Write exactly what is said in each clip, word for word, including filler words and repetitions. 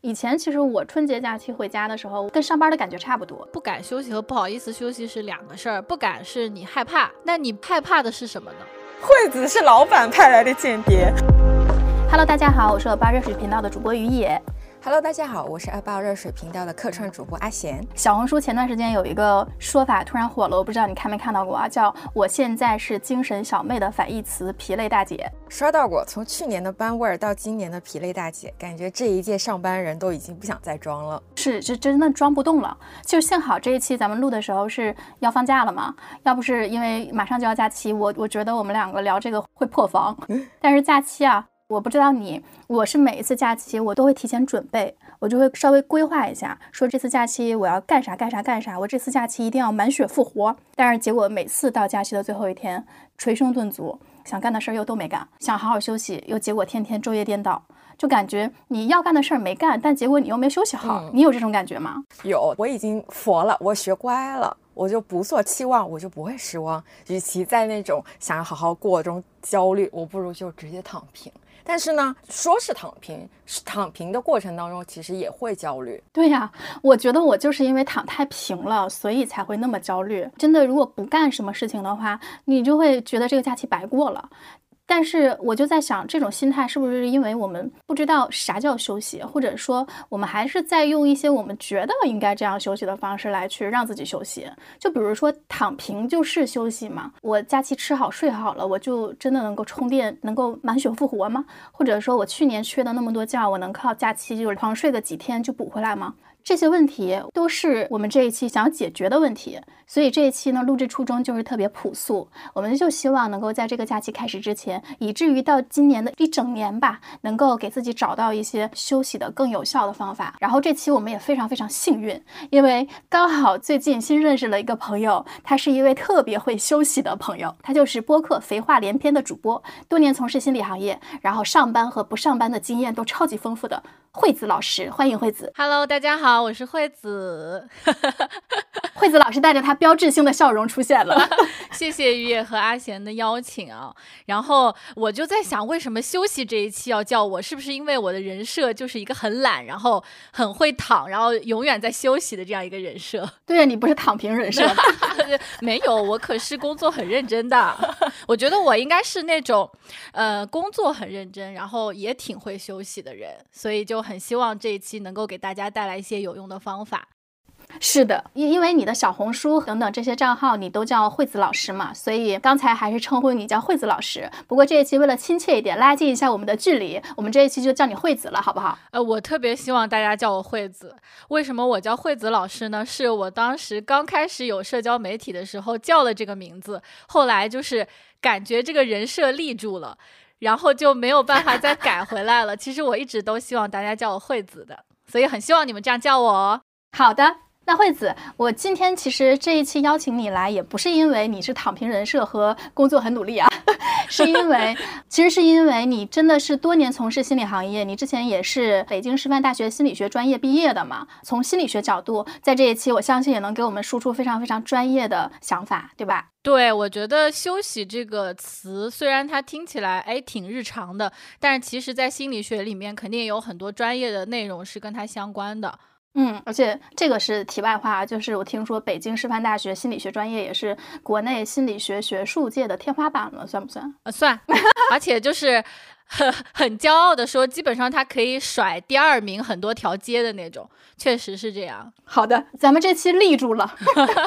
以前其实我春节假期回家的时候跟上班的感觉差不多。 不敢休息和不好意思休息是两个事儿，不敢是你害怕，那你害怕的是什么呢？ 惠子是老板派来的间谍。 Hello， 大家好，我是二八热水频道的主播于野。 Hello， 大家好，我是二八热水频道的客串主播阿贤。 小红书前段时间有一个说法突然火了，我不知道你看没看到过啊，叫我现在是精神小妹的反义词疲累大姐。 刷到过，从去年的班味儿到今年的疲累大姐，感觉这一届上班人都已经不想再装了。 是，这真的装不动了。就幸好这一期咱们录的时候是要放假了嘛，要不是因为马上就要假期，我我觉得我们两个聊这个会破防。但是假期啊，我不知道你，我是每一次假期我都会提前准备，我就会稍微规划一下，说这次假期我要干啥干啥干啥，我这次假期一定要满血复活。但是结果每次到假期的最后一天，捶胸顿足，想干的事儿又都没干，想好好休息，又结果天天昼夜颠倒，就感觉你要干的事儿没干，但结果你又没休息好。嗯、你有这种感觉吗？ 有，我已经佛了，我学乖了，我就不做期望，我就不会失望。与其在那种想要好好过中焦虑，我不如就直接躺平。但是呢，说是躺平，躺平的过程当中其实也会焦虑。 对呀、啊，我觉得我就是因为躺太平了，所以才会那么焦虑。真的，如果不干什么事情的话，你就会觉得这个假期白过了。但是我就在想，这种心态是不是因为我们不知道啥叫休息，或者说我们还是在用一些我们觉得应该这样休息的方式来去让自己休息。就比如说躺平就是休息嘛，我假期吃好睡好了，我就真的能够充电，能够满血复活吗？或者说我去年缺的那么多觉，我能靠假期就是狂睡个几天就补回来吗？这些问题都是我们这一期想要解决的问题，所以这一期呢，录制初衷就是特别朴素，我们就希望能够在这个假期开始之前，以至于到今年的一整年吧，能够给自己找到一些休息的更有效的方法。然后这期我们也非常非常幸运，因为刚好最近新认识了一个朋友，他是一位特别会休息的朋友，他就是播客肥话连篇的主播，多年从事心理行业，然后上班和不上班的经验都超级丰富的惠子老师。欢迎惠子。 Hello， 大家好，我是惠子。 惠子老师带着他标志性的笑容出现了。 谢谢于野和阿贤的邀请啊。然后我就在想，为什么休息这一期要叫我，是不是因为我的人设就是一个很懒，然后很会躺，然后永远在休息的这样一个人设？ 对啊，你不是躺平人设吧？ 没有，我可是工作很认真的。我觉得我应该是那种呃工作很认真，然后也挺会休息的人，所以就很希望这一期能够给大家带来一些有用的方法。 是的，因因为你的小红书等等这些账号你都叫惠子老师嘛，所以刚才还是称呼你叫惠子老师。不过这一期为了亲切一点，拉近一下我们的距离，我们这一期就叫你惠子了，好不好？ 呃，我特别希望大家叫我惠子。为什么我叫惠子老师呢？是我当时刚开始有社交媒体的时候叫了这个名字，后来就是感觉这个人设立住了，然后就没有办法再改回来了。其实我一直都希望大家叫我惠子的，所以很希望你们这样叫我哦。 好的。那惠子，我今天其实这一期邀请你来，也不是因为你是躺平人设和工作很努力啊，是因为其实是因为你真的是多年从事心理行业，你之前也是北京师范大学心理学专业毕业的嘛，从心理学角度，在这一期我相信也能给我们输出非常非常专业的想法，对吧？ 对，我觉得休息这个词虽然它听起来哎挺日常的，但是其实在心理学里面肯定也有很多专业的内容是跟它相关的。 嗯，而且这个是题外话，就是我听说北京师范大学心理学专业也是国内心理学学术界的天花板了，算不算？ 呃，算。而且就是很很骄傲的说，基本上它可以甩第二名很多条街的那种，确实是这样。 好的，咱们这期立住了。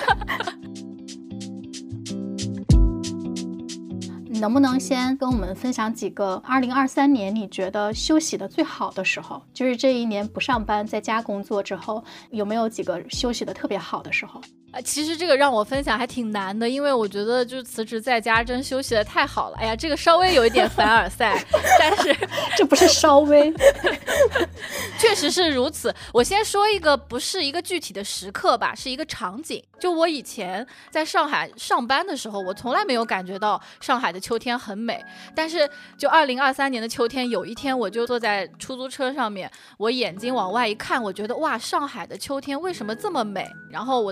你能不能先跟我们分享几个二零二三年你觉得休息的最好的时候，就是这一年不上班在家工作之后，有没有几个休息的特别好的时候？ 呃，其实这个让我分享还挺难的，因为我觉得就辞职在家真休息的太好了。哎呀，这个稍微有一点凡尔赛，但是这不是稍微， 确实是如此。我先说一个不是一个具体的时刻吧，是一个场景。就我以前在上海上班的时候，我从来没有感觉到上海的秋天很美，但是就二零二三年的秋天，有一天我就坐在出租车上面，我眼睛往外一看，我觉得哇，上海的秋天为什么这么美？然后我的心情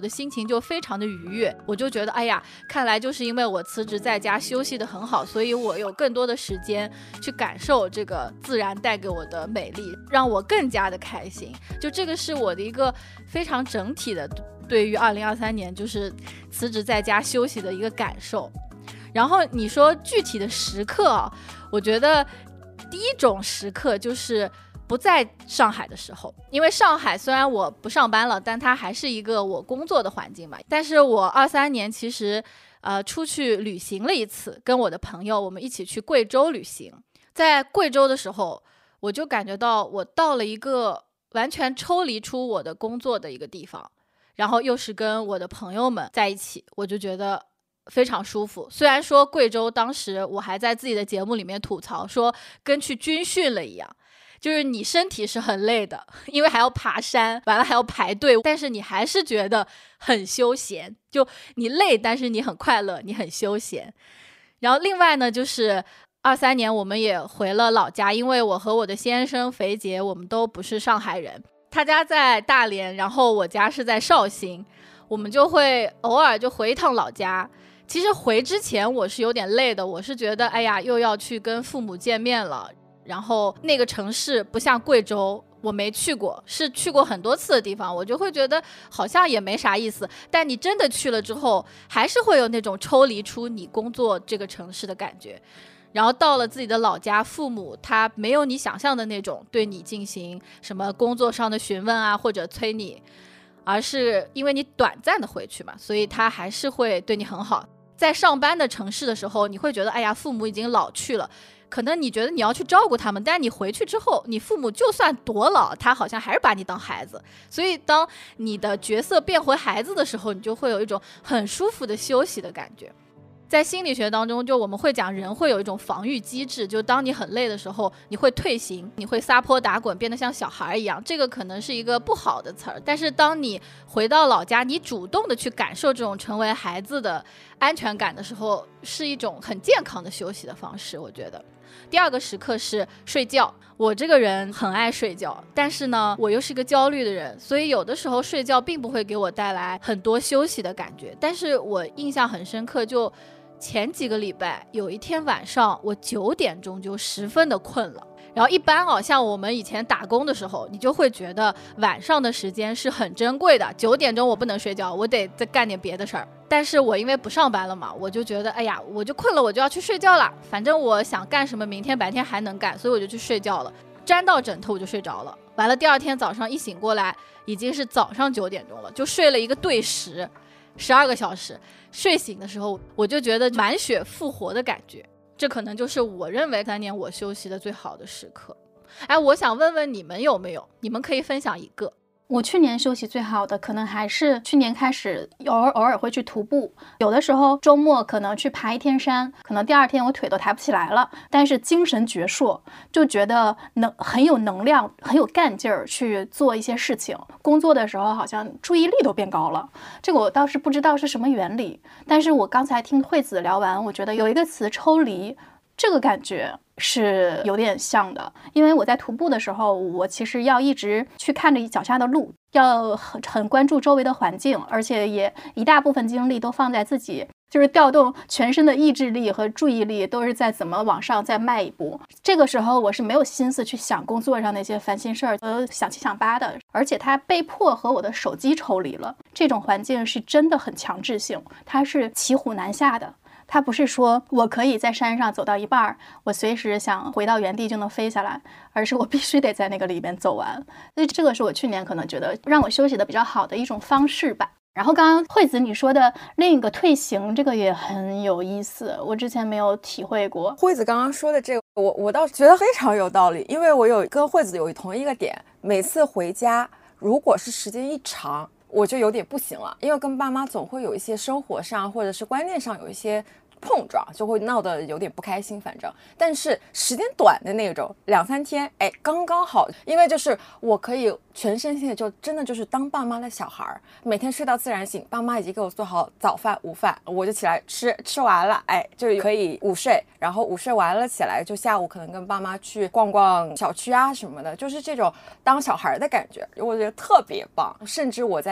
心就非常的愉悦。我就觉得哎呀，看来就是因为我辞职在家休息得很好，所以我有更多的时间去感受这个自然带给我的美丽，让我更加的开心。就这个是我的一个非常整体的对于二零二三年就是辞职在家休息的一个感受。然后你说具体的时刻啊，我觉得第一种时刻就是不在上海的时候，因为上海虽然我不上班了，但它还是一个我工作的环境嘛。但是我二三年其实呃出去旅行了一次，跟我的朋友我们一起去贵州旅行。在贵州的时候，我就感觉到我到了一个完全抽离出我的工作的一个地方，然后又是跟我的朋友们在一起，我就觉得非常舒服。虽然说贵州当时我还在自己的节目里面吐槽说跟去军训了一样，就是你身体是很累的，因为还要爬山，完了还要排队，但是你还是觉得很休闲，就你累但是你很快乐，你很休闲。然后另外呢，就是二三年我们也回了老家，因为我和我的先生肥杰我们都不是上海人，他家在大连，然后我家是在绍兴，我们就会偶尔就回一趟老家。其实回之前我是有点累的，我是觉得哎呀又要去跟父母见面了，然后那个城市不像贵州，我没去过，是去过很多次的地方，我就会觉得好像也没啥意思。但你真的去了之后，还是会有那种抽离出你工作这个城市的感觉。然后到了自己的老家，父母他没有你想象的那种对你进行什么工作上的询问啊，或者催你，而是因为你短暂的回去嘛，所以他还是会对你很好。在上班的城市的时候，你会觉得哎呀父母已经老去了，可能你觉得你要去照顾他们，但你回去之后，你父母就算多老，他好像还是把你当孩子。所以当你的角色变回孩子的时候，你就会有一种很舒服的休息的感觉。在心理学当中，就我们会讲人会有一种防御机制，就当你很累的时候，你会退行，你会撒泼打滚，变得像小孩一样，这个可能是一个不好的词儿。但是当你回到老家，你主动的去感受这种成为孩子的安全感的时候，是一种很健康的休息的方式，我觉得。第二个时刻是睡觉，我这个人很爱睡觉，但是呢我又是个焦虑的人，所以有的时候睡觉并不会给我带来很多休息的感觉。但是我印象很深刻，就前几个礼拜有一天晚上我九点钟就十分的困了。然后一般哦，像我们以前打工的时候，你就会觉得晚上的时间是很珍贵的，九点钟我不能睡觉，我得再干点别的事儿。但是我因为不上班了嘛，我就觉得哎呀我就困了，我就要去睡觉了，反正我想干什么明天白天还能干，所以我就去睡觉了，沾到枕头我就睡着了。完了第二天早上一醒过来已经是早上九点钟了，就睡了一个对时十二个小时。睡醒的时候我就觉得满血复活的感觉，这可能就是我认为三年我休息的最好的时刻。哎，我想问问你们有没有，你们可以分享一个。 我去年休息最好的可能还是去年开始偶尔偶尔会去徒步，有的时候周末可能去爬一天山，可能第二天我腿都抬不起来了，但是精神矍铄，就觉得能很有能量，很有干劲儿去做一些事情。工作的时候好像注意力都变高了，这个我倒是不知道是什么原理。但是我刚才听惠子聊完，我觉得有一个词抽离，这个感觉是有点像的。因为我在徒步的时候，我其实要一直去看着脚下的路，要很很关注周围的环境，而且也一大部分精力都放在自己，就是调动全身的意志力和注意力都是在怎么往上再迈一步。这个时候我是没有心思去想工作上那些烦心事儿，呃，想七想八的，而且它被迫和我的手机抽离了。这种环境是真的很强制性，它是骑虎难下的。它不是说我可以在山上走到一半，我随时想回到原地就能飞下来，而是我必须得在那个里面走完。所以这个是我去年可能觉得让我休息的比较好的一种方式吧。然后刚刚惠子你说的另一个退行，这个也很有意思，我之前没有体会过。 惠子刚刚说的这个，我我倒觉得非常有道理，因为我有跟惠子有同一个点，每次回家如果是时间一长，我就有点不行了，因为跟爸妈总会有一些生活上或者是观念上有一些碰撞，就会闹得有点不开心。反正但是时间短的那种两三天，哎，刚刚好，因为就是我可以全身心的就真的就是当爸妈的小孩，每天睡到自然醒，爸妈已经给我做好早饭午饭，我就起来吃，吃完了哎就可以午睡，然后午睡完了起来就下午可能跟爸妈去逛逛小区啊什么的，就是这种当小孩的感觉，我觉得特别棒。甚至我在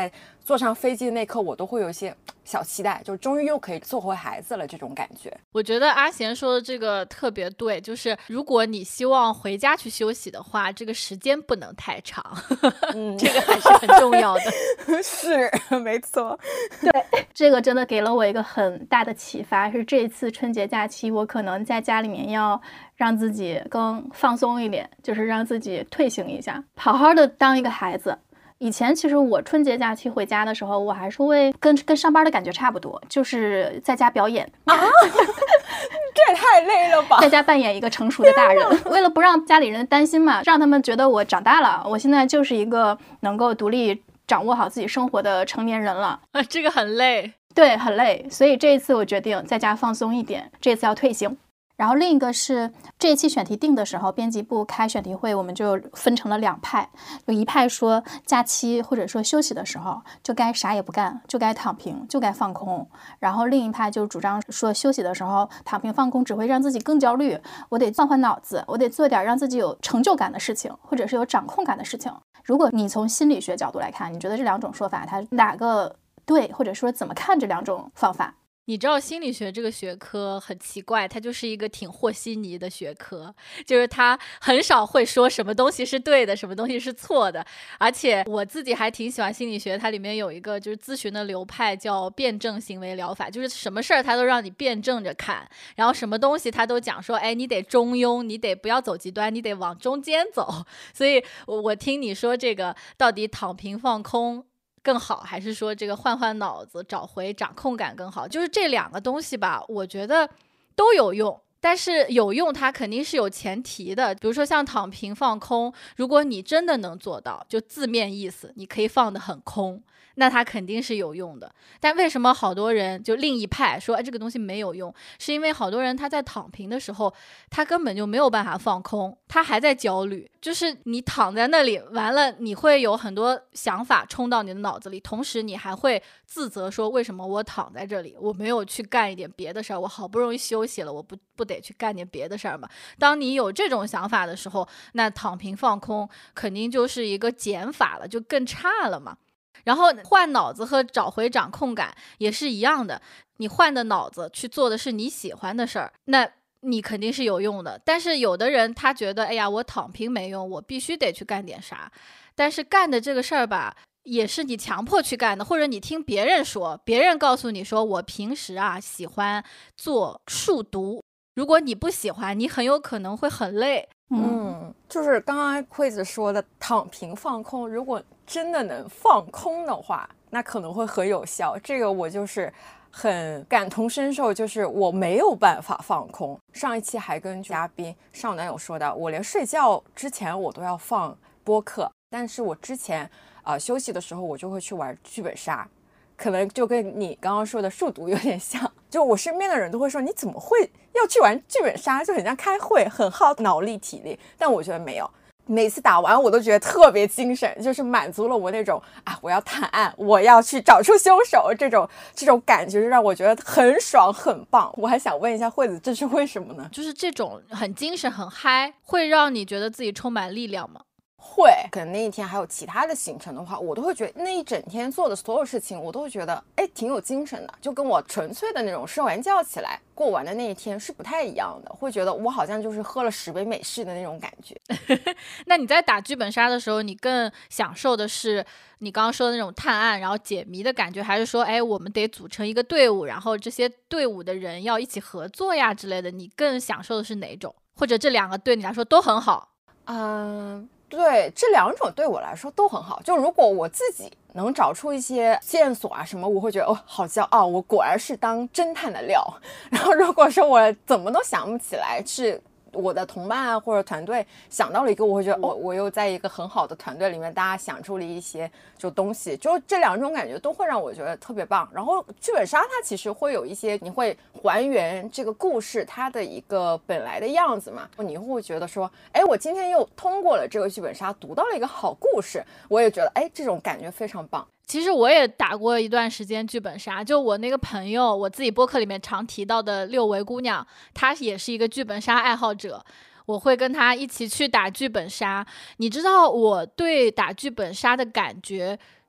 坐上飞机的那刻我都会有一些小期待，就终于又可以做回孩子了这种感觉。 我觉得阿贤说的这个特别对，就是如果你希望回家去休息的话，这个时间不能太长。嗯，这个还是很重要的。 是没错。 对，这个真的给了我一个很大的启发，是这次春节假期我可能在家里面要让自己更放松一点，就是让自己退行一下，好好的当一个孩子。以前其实我春节假期回家的时候，我还是会跟跟上班的感觉差不多，就是在家表演啊，这也太累了吧！ 在家扮演一个成熟的大人，为了不让家里人担心嘛，让他们觉得我长大了，我现在就是一个能够独立掌握好自己生活的成年人了。 啊，这个很累， 对，很累。所以这一次我决定在家放松一点，这次要退行。然后另一个是这一期选题定的时候，编辑部开选题会，我们就分成了两派，有一派说假期或者说休息的时候就该啥也不干，就该躺平，就该放空。然后另一派就主张说休息的时候躺平放空只会让自己更焦虑，我得换换脑子，我得做点让自己有成就感的事情，或者是有掌控感的事情。如果你从心理学角度来看，你觉得这两种说法它哪个对，或者说怎么看这两种方法？ 你知道心理学这个学科很奇怪，它就是一个挺和稀泥的学科，就是它很少会说什么东西是对的，什么东西是错的。而且我自己还挺喜欢心理学，它里面有一个就是咨询的流派叫辩证行为疗法，就是什么事儿它都让你辩证着看，然后什么东西它都讲说，哎，你得中庸，你得不要走极端，你得往中间走。所以我我听你说这个到底躺平放空更好，还是说这个换换脑子找回掌控感更好，就是这两个东西吧，我觉得都有用，但是有用它肯定是有前提的。比如说像躺平放空，如果你真的能做到，就字面意思你可以放得很空，那它肯定是有用的。但为什么好多人就另一派说，哎，这个东西没有用，是因为好多人他在躺平的时候他根本就没有办法放空，他还在焦虑。就是你躺在那里完了，你会有很多想法冲到你的脑子里，同时你还会自责说，为什么我躺在这里，我没有去干一点别的事儿，我好不容易休息了，我不不得去干点别的事儿吗？当你有这种想法的时候，那躺平放空肯定就是一个减法了，就更差了嘛。然后换脑子和找回掌控感也是一样的，你换的脑子去做的是你喜欢的事儿，那你肯定是有用的。但是有的人他觉得，哎呀，我躺平没用，我必须得去干点啥。但是干的这个事儿吧，也是你强迫去干的，或者你听别人说，别人告诉你说，我平时啊喜欢做数独，如果你不喜欢，你很有可能会很累。 嗯，就是刚刚惠子说的躺平放空，如果真的能放空的话，那可能会很有效。这个我就是很感同身受，就是我没有办法放空。上一期还跟嘉宾少男有说到，我连睡觉之前我都要放播客，但是我之前呃休息的时候我就会去玩剧本杀，可能就跟你刚刚说的数独有点像。就我身边的人都会说，你怎么会要去玩剧本杀，就很像开会，很耗脑力体力。但我觉得没有，每次打完我都觉得特别精神，就是满足了我那种啊，我要探案，我要去找出凶手这种这种感觉，就让我觉得很爽很棒。我还想问一下惠子，这是为什么呢？ 就是这种很精神很嗨，会让你觉得自己充满力量吗？ 会，可能那一天还有其他的行程的话，我都会觉得那一整天做的所有事情，我都会觉得哎挺有精神的，就跟我纯粹的那种睡完觉起来过完的那一天是不太一样的，会觉得我好像就是喝了十杯美式的那种感觉。 那你在打剧本杀的时候，你更享受的是你刚刚说的那种探案然后解谜的感觉，还是说哎我们得组成一个队伍，然后这些队伍的人要一起合作呀之类的，你更享受的是哪种？或者这两个对你来说都很好？ 嗯，对，这两种对我来说都很好。就如果我自己能找出一些线索啊什么，我会觉得哦好骄傲，我果然是当侦探的料。然后如果说我怎么都想不起来，是我的同伴啊或者团队想到了一个，我会觉得哦我又在一个很好的团队里面，大家想出了一些就东西，就这两种感觉都会让我觉得特别棒。然后剧本杀它其实会有一些你会还原这个故事它的一个本来的样子嘛，你会觉得说哎我今天又通过了这个剧本杀读到了一个好故事，我也觉得哎这种感觉非常棒。 其实我也打过一段时间剧本杀，就我那个朋友，我自己播客里面常提到的六维姑娘，她也是一个剧本杀爱好者，我会跟她一起去打剧本杀。你知道我对打剧本杀的感觉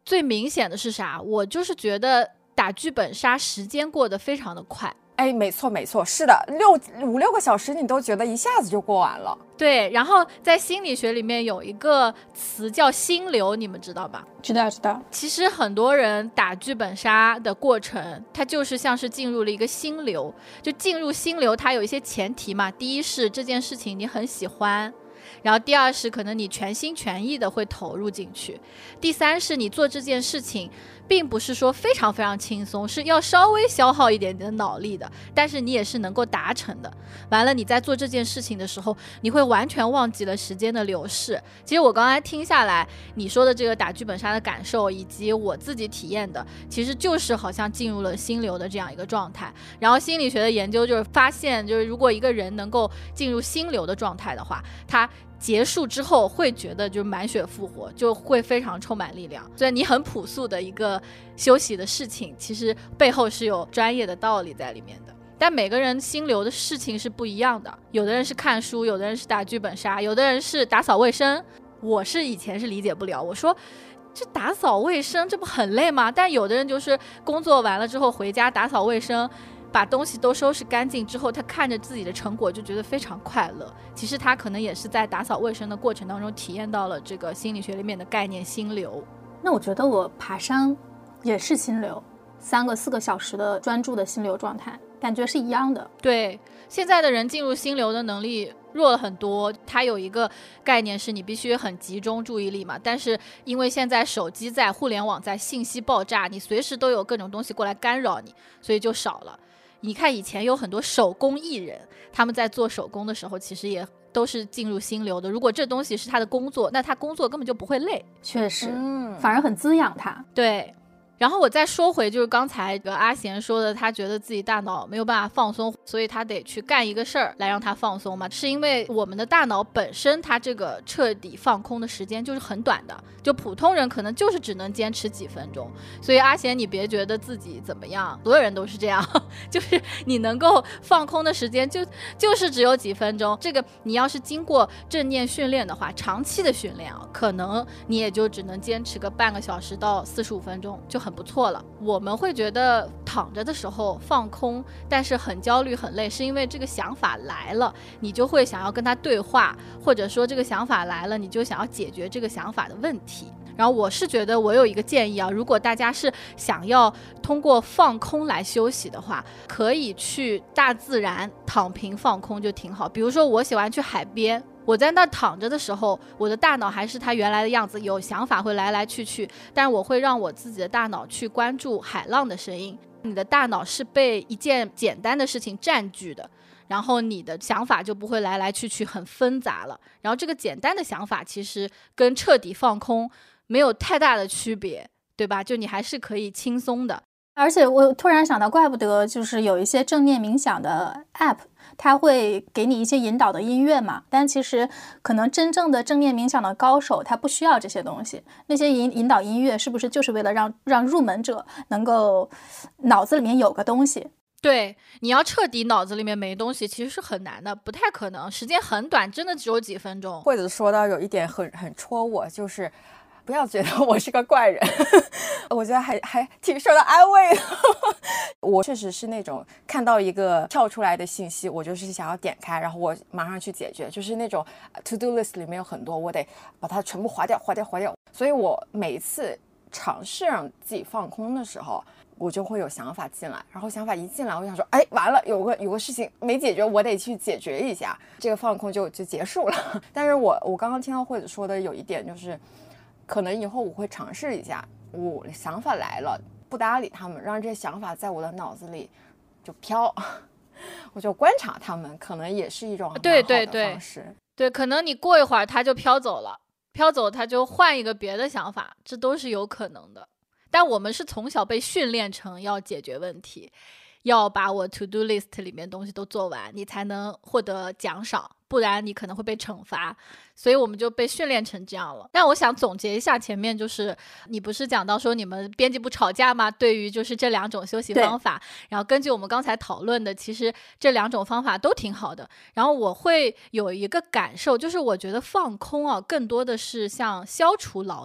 最明显的是啥？我就是觉得打剧本杀时间过得非常的快。 哎，没错没错，是的，六五六个小时你都觉得一下子就过完了。 对，然后在心理学里面有一个词叫心流，你们知道吧？ 知道知道。 其实很多人打剧本杀的过程，它就是像是进入了一个心流。就进入心流，它有一些前提嘛。第一是这件事情你很喜欢，然后第二是可能你全心全意的会投入进去，第三是你做这件事情并不是说非常非常轻松，是要稍微消耗一点点的脑力的，但是你也是能够达成的。完了你在做这件事情的时候，你会完全忘记了时间的流逝。其实我刚才听下来你说的这个打剧本杀的感受，以及我自己体验的，其实就是好像进入了心流的这样一个状态。然后心理学的研究就是发现，就是如果一个人能够进入心流的状态的话，他结束之后会觉得就满血复活，就会非常充满力量。虽然你很朴素的一个休息的事情，其实背后是有专业的道理在里面的。但每个人心流的事情是不一样的，有的人是看书，有的人是打剧本杀，有的人是打扫卫生。我是以前是理解不了，我说这打扫卫生这不很累吗？但有的人就是工作完了之后回家打扫卫生，把东西都收拾干净之后，他看着自己的成果就觉得非常快乐。其实他可能也是在打扫卫生的过程当中体验到了这个心理学里面的概念心流。 那我觉得我爬山也是心流，三个四个小时的专注的心流状态，感觉是一样的。 对，现在的人进入心流的能力弱了很多。它有一个概念是你必须很集中注意力嘛，但是因为现在手机在，互联网在，信息爆炸，你随时都有各种东西过来干扰你，所以就少了。你看以前有很多手工艺人，他们在做手工的时候其实也都是进入心流的。如果这东西是他的工作，那他工作根本就不会累。 确实、 嗯、 反而很滋养他。 对，然后我再说回就是刚才阿贤说的，他觉得自己大脑没有办法放松，所以他得去干一个事儿来让他放松嘛。是因为我们的大脑本身它这个彻底放空的时间就是很短的，就普通人可能就是只能坚持几分钟。所以阿贤你别觉得自己怎么样，所有人都是这样，就是你能够放空的时间就就是只有几分钟。这个你要是经过正念训练的话，长期的训练啊，可能你也就只能坚持个半个小时到四十五分钟就很很不错了。我们会觉得躺着的时候放空，但是很焦虑很累，是因为这个想法来了，你就会想要跟他对话，或者说这个想法来了，你就想要解决这个想法的问题。然后我是觉得我有一个建议啊，如果大家是想要通过放空来休息的话，可以去大自然躺平放空就挺好。比如说我喜欢去海边，我在那躺着的时候，我的大脑还是它原来的样子，有想法会来来去去，但我会让我自己的大脑去关注海浪的声音。你的大脑是被一件简单的事情占据的，然后你的想法就不会来来去去很纷杂了。然后这个简单的想法其实跟彻底放空没有太大的区别，对吧？就你还是可以轻松的。 而且我突然想到，怪不得就是有一些正念冥想的 app， 它会给你一些引导的音乐嘛，但其实可能真正的正念冥想的高手他不需要这些东西，那些引引导音乐是不是就是为了让让入门者能够脑子里面有个东西？ 对，你要彻底脑子里面没东西其实是很难的，不太可能，时间很短，真的只有几分钟。 或者说到有一点很很戳我，就是不要觉得我是个怪人我觉得还还挺受到安慰的我确实是那种看到一个跳出来的信息，我就是想要点开，然后我马上去解决，就是那种 to do list 里面有很多，我得把它全部划掉划掉划掉。所以我每一次尝试让自己放空的时候，我就会有想法进来，然后想法一进来，我想说，哎，完了，有个有个事情没解决，我得去解决一下，这个放空就就结束了。但是我我刚刚听到惠子说的有一点，就是可能以后我会尝试一下，我想法来了不搭理他们，让这些想法在我的脑子里就飘，我就观察他们，可能也是一种很好的方式。 对对对对，可能你过一会儿它就飘走了，飘走它就换一个别的想法，这都是有可能的。但我们是从小被训练成要解决问题，要把我 to do list 里面东西都做完，你才能获得奖赏，不然你可能会被惩罚，所以我们就被训练成这样了。但我想总结一下前面，就是你不是讲到说你们编辑部吵架吗？对于就是这两种休息方法，然后根据我们刚才讨论的，其实这两种方法都挺好的。然后我会有一个感受，就是我觉得放空啊，更多的是像消除劳累，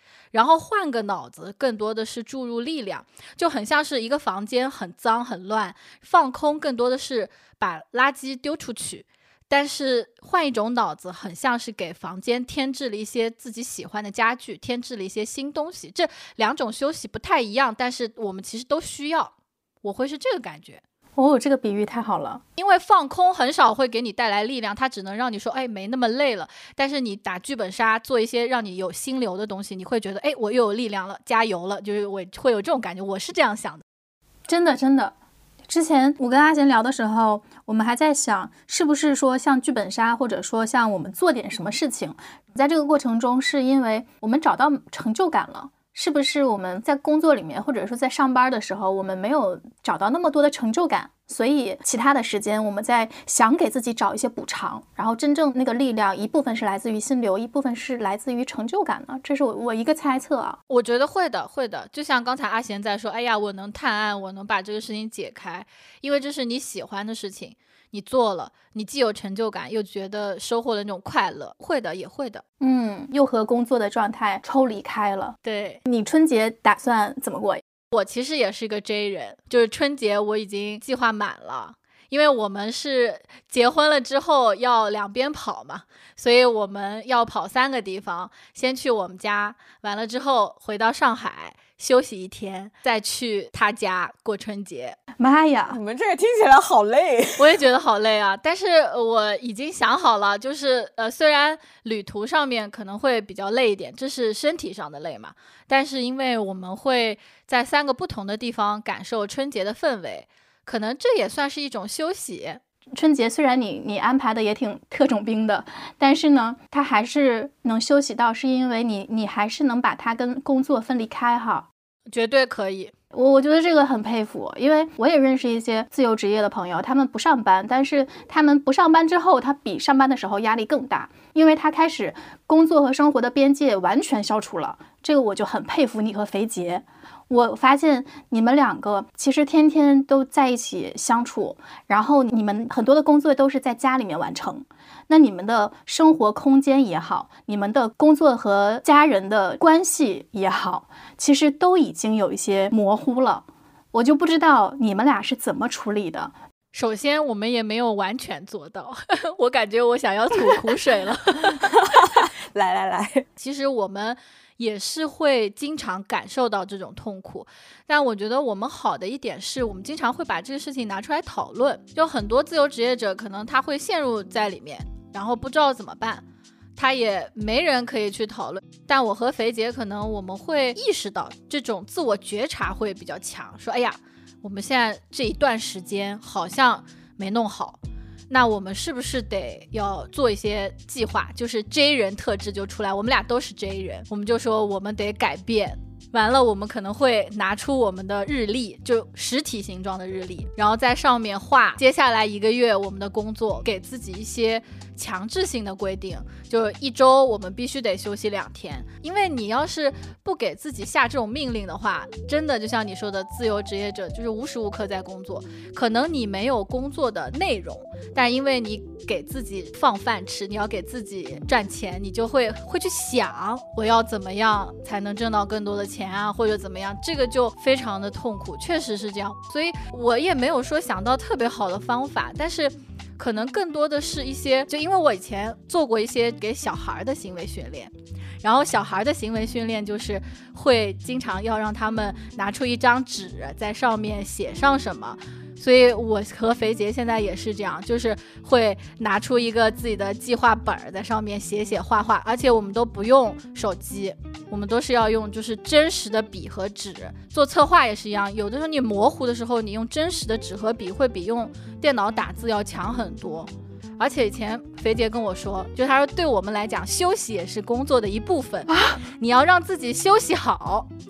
然后换个脑子更多的是注入力量，就很像是一个房间很脏很乱，放空更多的是把垃圾丢出去，但是换一种脑子很像是给房间添置了一些自己喜欢的家具，添置了一些新东西。这两种休息不太一样，但是我们其实都需要，我会是这个感觉。 哦，这个比喻太好了。 因为放空很少会给你带来力量，它只能让你说哎没那么累了，但是你打剧本杀做一些让你有心流的东西，你会觉得哎我又有力量了，加油了，就是我会有这种感觉，我是这样想的。 真的真的，之前我跟阿贤聊的时候，我们还在想是不是说像剧本杀，或者说像我们做点什么事情，在这个过程中是因为我们找到成就感了，是不是我们在工作里面或者说在上班的时候我们没有找到那么多的成就感，所以其他的时间我们在想给自己找一些补偿，然后真正那个力量一部分是来自于心流，一部分是来自于成就感呢？这是我我一个猜测啊。 我觉得会的会的，就像刚才阿贤在说，哎呀我能探案，我能把这个事情解开，因为这是你喜欢的事情，你做了，你既有成就感又觉得收获了那种快乐，会的也会的。 嗯，又和工作的状态抽离开了。 对， 你春节打算怎么过？ 我其实也是个 J 人，就是春节我已经计划满了，因为我们是结婚了之后要两边跑嘛，所以我们要跑三个地方，先去我们家，完了之后回到上海休息一天，再去他家过春节。 妈呀， 你们这个听起来好累。 我也觉得好累啊，但是我已经想好了，就是呃，虽然旅途上面可能会比较累一点，这是身体上的累嘛，但是因为我们会在三个不同的地方感受春节的氛围，可能这也算是一种休息。 春节虽然你你安排的也挺特种兵的，但是呢它还是能休息到，是因为你你还是能把它跟工作分离开哈。 绝对可以， 我我觉得这个很佩服，因为我也认识一些自由职业的朋友，他们不上班，但是他们不上班之后，他比上班的时候压力更大，因为他开始工作和生活的边界完全消除了。这个我就很佩服你和肥杰。我发现你们两个其实天天都在一起相处，然后你们很多的工作都是在家里面完成，那你们的生活空间也好，你们的工作和家人的关系也好，其实都已经有一些模糊了。我就不知道你们俩是怎么处理的。 首先我们也没有完全做到我感觉我想要吐苦水了来来来， 其实我们也是会经常感受到这种痛苦，但我觉得我们好的一点是我们经常会把这个事情拿出来讨论，就很多自由职业者可能他会陷入在里面，然后不知道怎么办，他也没人可以去讨论，但我和肥杰可能我们会意识到这种自我觉察会比较强，说哎呀我们现在这一段时间好像没弄好，那我们是不是得要做一些计划，就是 J 人特质就出来，我们俩都是 J 人，我们就说我们得改变，完了我们可能会拿出我们的日历，就实体形状的日历，然后在上面画接下来一个月我们的工作，给自己一些强制性的规定，就一周我们必须得休息两天，因为你要是不给自己下这种命令的话，真的就像你说的，自由职业者就是无时无刻在工作，可能你没有工作的内容，但因为你给自己放饭吃，你要给自己赚钱，你就会会去想我要怎么样才能挣到更多的钱啊，或者怎么样，这个就非常的痛苦，确实是这样，所以我也没有说想到特别好的方法，但是可能更多的是一些，就因为我以前做过一些给小孩的行为训练，然后小孩的行为训练就是会经常要让他们拿出一张纸，在上面写上什么，所以我和肥杰现在也是这样，就是会拿出一个自己的计划本，在上面写写画画，而且我们都不用手机，我们都是要用就是真实的笔和纸，做策划也是一样，有的时候你模糊的时候，你用真实的纸和笔会比用电脑打字要强很多。而且以前肥杰跟我说，就他说对我们来讲休息也是工作的一部分，你要让自己休息好，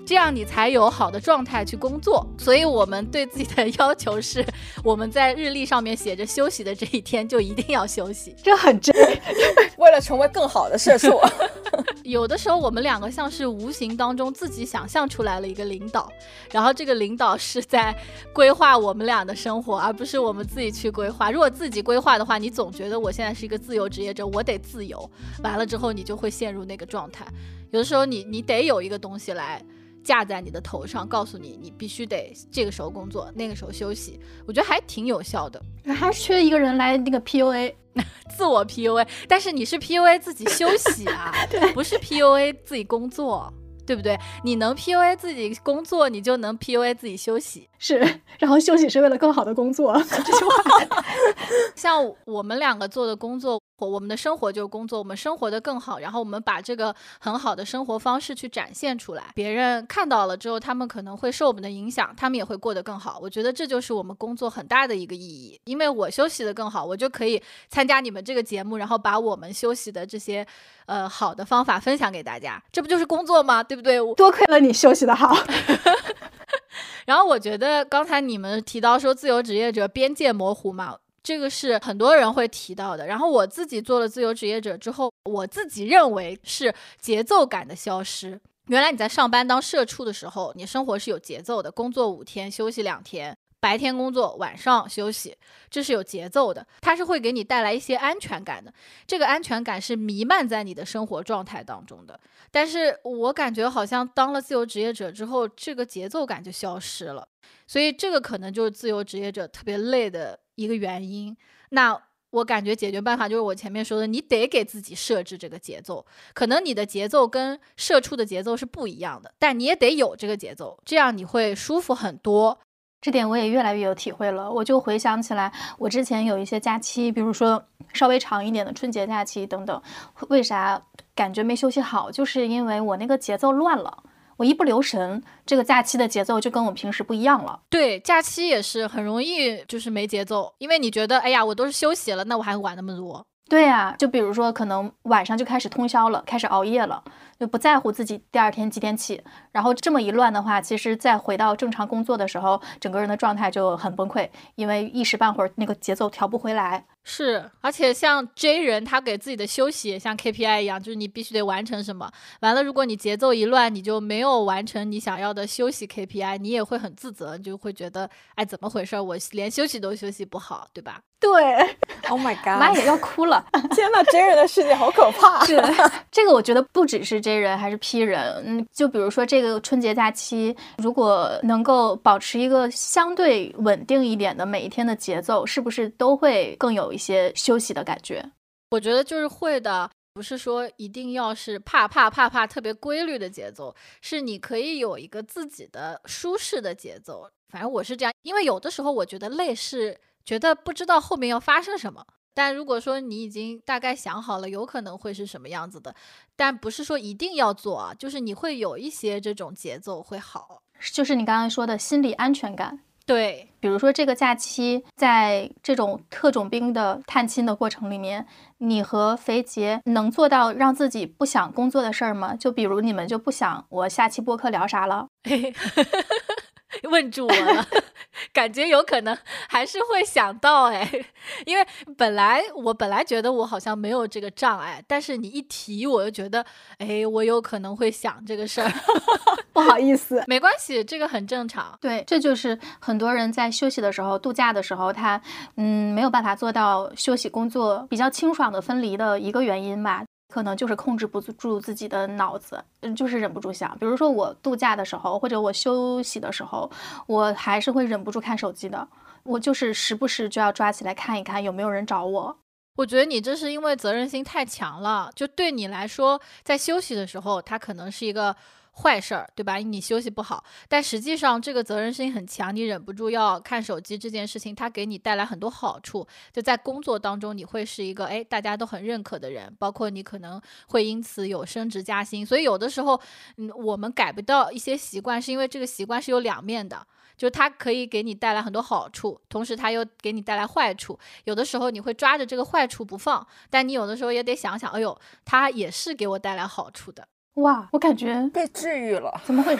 这样你才有好的状态去工作。所以我们对自己的要求是，我们在日历上面写着休息的这一天就一定要休息， 这很真。 为了成为更好的社畜。 有的时候我们两个像是无形当中自己想象出来了一个领导，然后这个领导是在规划我们俩的生活，而不是我们自己去规划。如果自己规划的话，你总觉得我现在是一个自由职业者，我得自由，完了之后你就会陷入那个状态。有的时候你你得有一个东西来架在你的头上，告诉你你必须得这个时候工作，那个时候休息，我觉得还挺有效的。 还缺一个人来那个 P U A， 自我 P U A， 但是你是 P U A 自己休息啊，不是 P U A 自己工作，对不对？你能 P U A 自己工作，你就能 P U A 自己休息。 是，然后休息是为了更好的工作。这句话， 像我们两个做的工作，我们的生活就是工作，我们生活的更好，然后我们把这个很好的生活方式去展现出来，别人看到了之后，他们可能会受我们的影响，他们也会过得更好。我觉得这就是我们工作很大的一个意义，因为我休息的更好，我就可以参加你们这个节目，然后把我们休息的这些呃好的方法分享给大家，这不就是工作吗？对不对？ 多亏了你休息的好。 然后我觉得刚才你们提到说自由职业者边界模糊嘛，这个是很多人会提到的。然后我自己做了自由职业者之后，我自己认为是节奏感的消失。原来你在上班当社畜的时候，你生活是有节奏的，工作五天休息两天，白天工作晚上休息，这是有节奏的，它是会给你带来一些安全感的，这个安全感是弥漫在你的生活状态当中的。但是我感觉好像当了自由职业者之后，这个节奏感就消失了，所以这个可能就是自由职业者特别累的一个原因。那我感觉解决办法就是我前面说的，你得给自己设置这个节奏，可能你的节奏跟社畜的节奏是不一样的，但你也得有这个节奏，这样你会舒服很多。 这点我也越来越有体会了。我就回想起来，我之前有一些假期，比如说稍微长一点的春节假期等等，为啥感觉没休息好，就是因为我那个节奏乱了，我一不留神，这个假期的节奏就跟我平时不一样了。 对，假期也是很容易就是没节奏，因为你觉得哎呀我都是休息了，那我还玩那么多。 对呀、啊，就比如说可能晚上就开始通宵了，开始熬夜了，就不在乎自己第二天几点起，然后这么一乱的话，其实再回到正常工作的时候，整个人的状态就很崩溃，因为一时半会儿那个节奏调不回来。 是，而且像 J 人他给自己的休息也像 K P I 一样，就是你必须得完成什么，完了如果你节奏一乱，你就没有完成你想要的休息 K P I， 你也会很自责，你就会觉得哎怎么回事，我连休息都休息不好，对吧？ 对 Oh my god， 妈也要哭了。 天哪， J 人的世界好可怕。 是这个我觉得不只是 J 人还是 P 人，嗯，就比如说这个春节假期，如果能够保持一个相对稳定一点的每一天的节奏，是不是都会更有一些休息的感觉？ 我觉得就是会的，不是说一定要是啪啪啪啪特别规律的节奏，是你可以有一个自己的舒适的节奏。反正我是这样，因为有的时候我觉得累是觉得不知道后面要发生什么，但如果说你已经大概想好了有可能会是什么样子的，但不是说一定要做啊，就是你会有一些这种节奏会好， 就是你刚刚说的心理安全感。 对， 比如说这个假期，在这种特种兵的探亲的过程里面，你和肥杰能做到让自己不想工作的事儿吗？就比如你们就不想我下期播客聊啥了？ 问住我了。感觉有可能还是会想到哎，因为本来我本来觉得我好像没有这个障碍，但是你一提我就觉得哎，我有可能会想这个事儿。 不好意思， 没关系，这个很正常。 对，这就是很多人在休息的时候、度假的时候，他嗯没有办法做到休息工作比较清爽的分离的一个原因吧。可能就是控制不住自己的脑子，就是忍不住想。比如说我度假的时候，或者我休息的时候，我还是会忍不住看手机的。我就是时不时就要抓起来看一看有没有人找我。 我觉得你这是因为责任心太强了，就对你来说，在休息的时候，它可能是一个坏事儿，对吧？你休息不好，但实际上这个责任心很强，你忍不住要看手机这件事情，它给你带来很多好处。就在工作当中，你会是一个哎大家都很认可的人，包括你可能会因此有升职加薪。所以有的时候，嗯，我们改不到一些习惯，是因为这个习惯是有两面的。就是它可以给你带来很多好处，同时它又给你带来坏处。有的时候你会抓着这个坏处不放，但你有的时候也得想想，哎呦，它也是给我带来好处的。 哇，我感觉被治愈了， 怎么回事？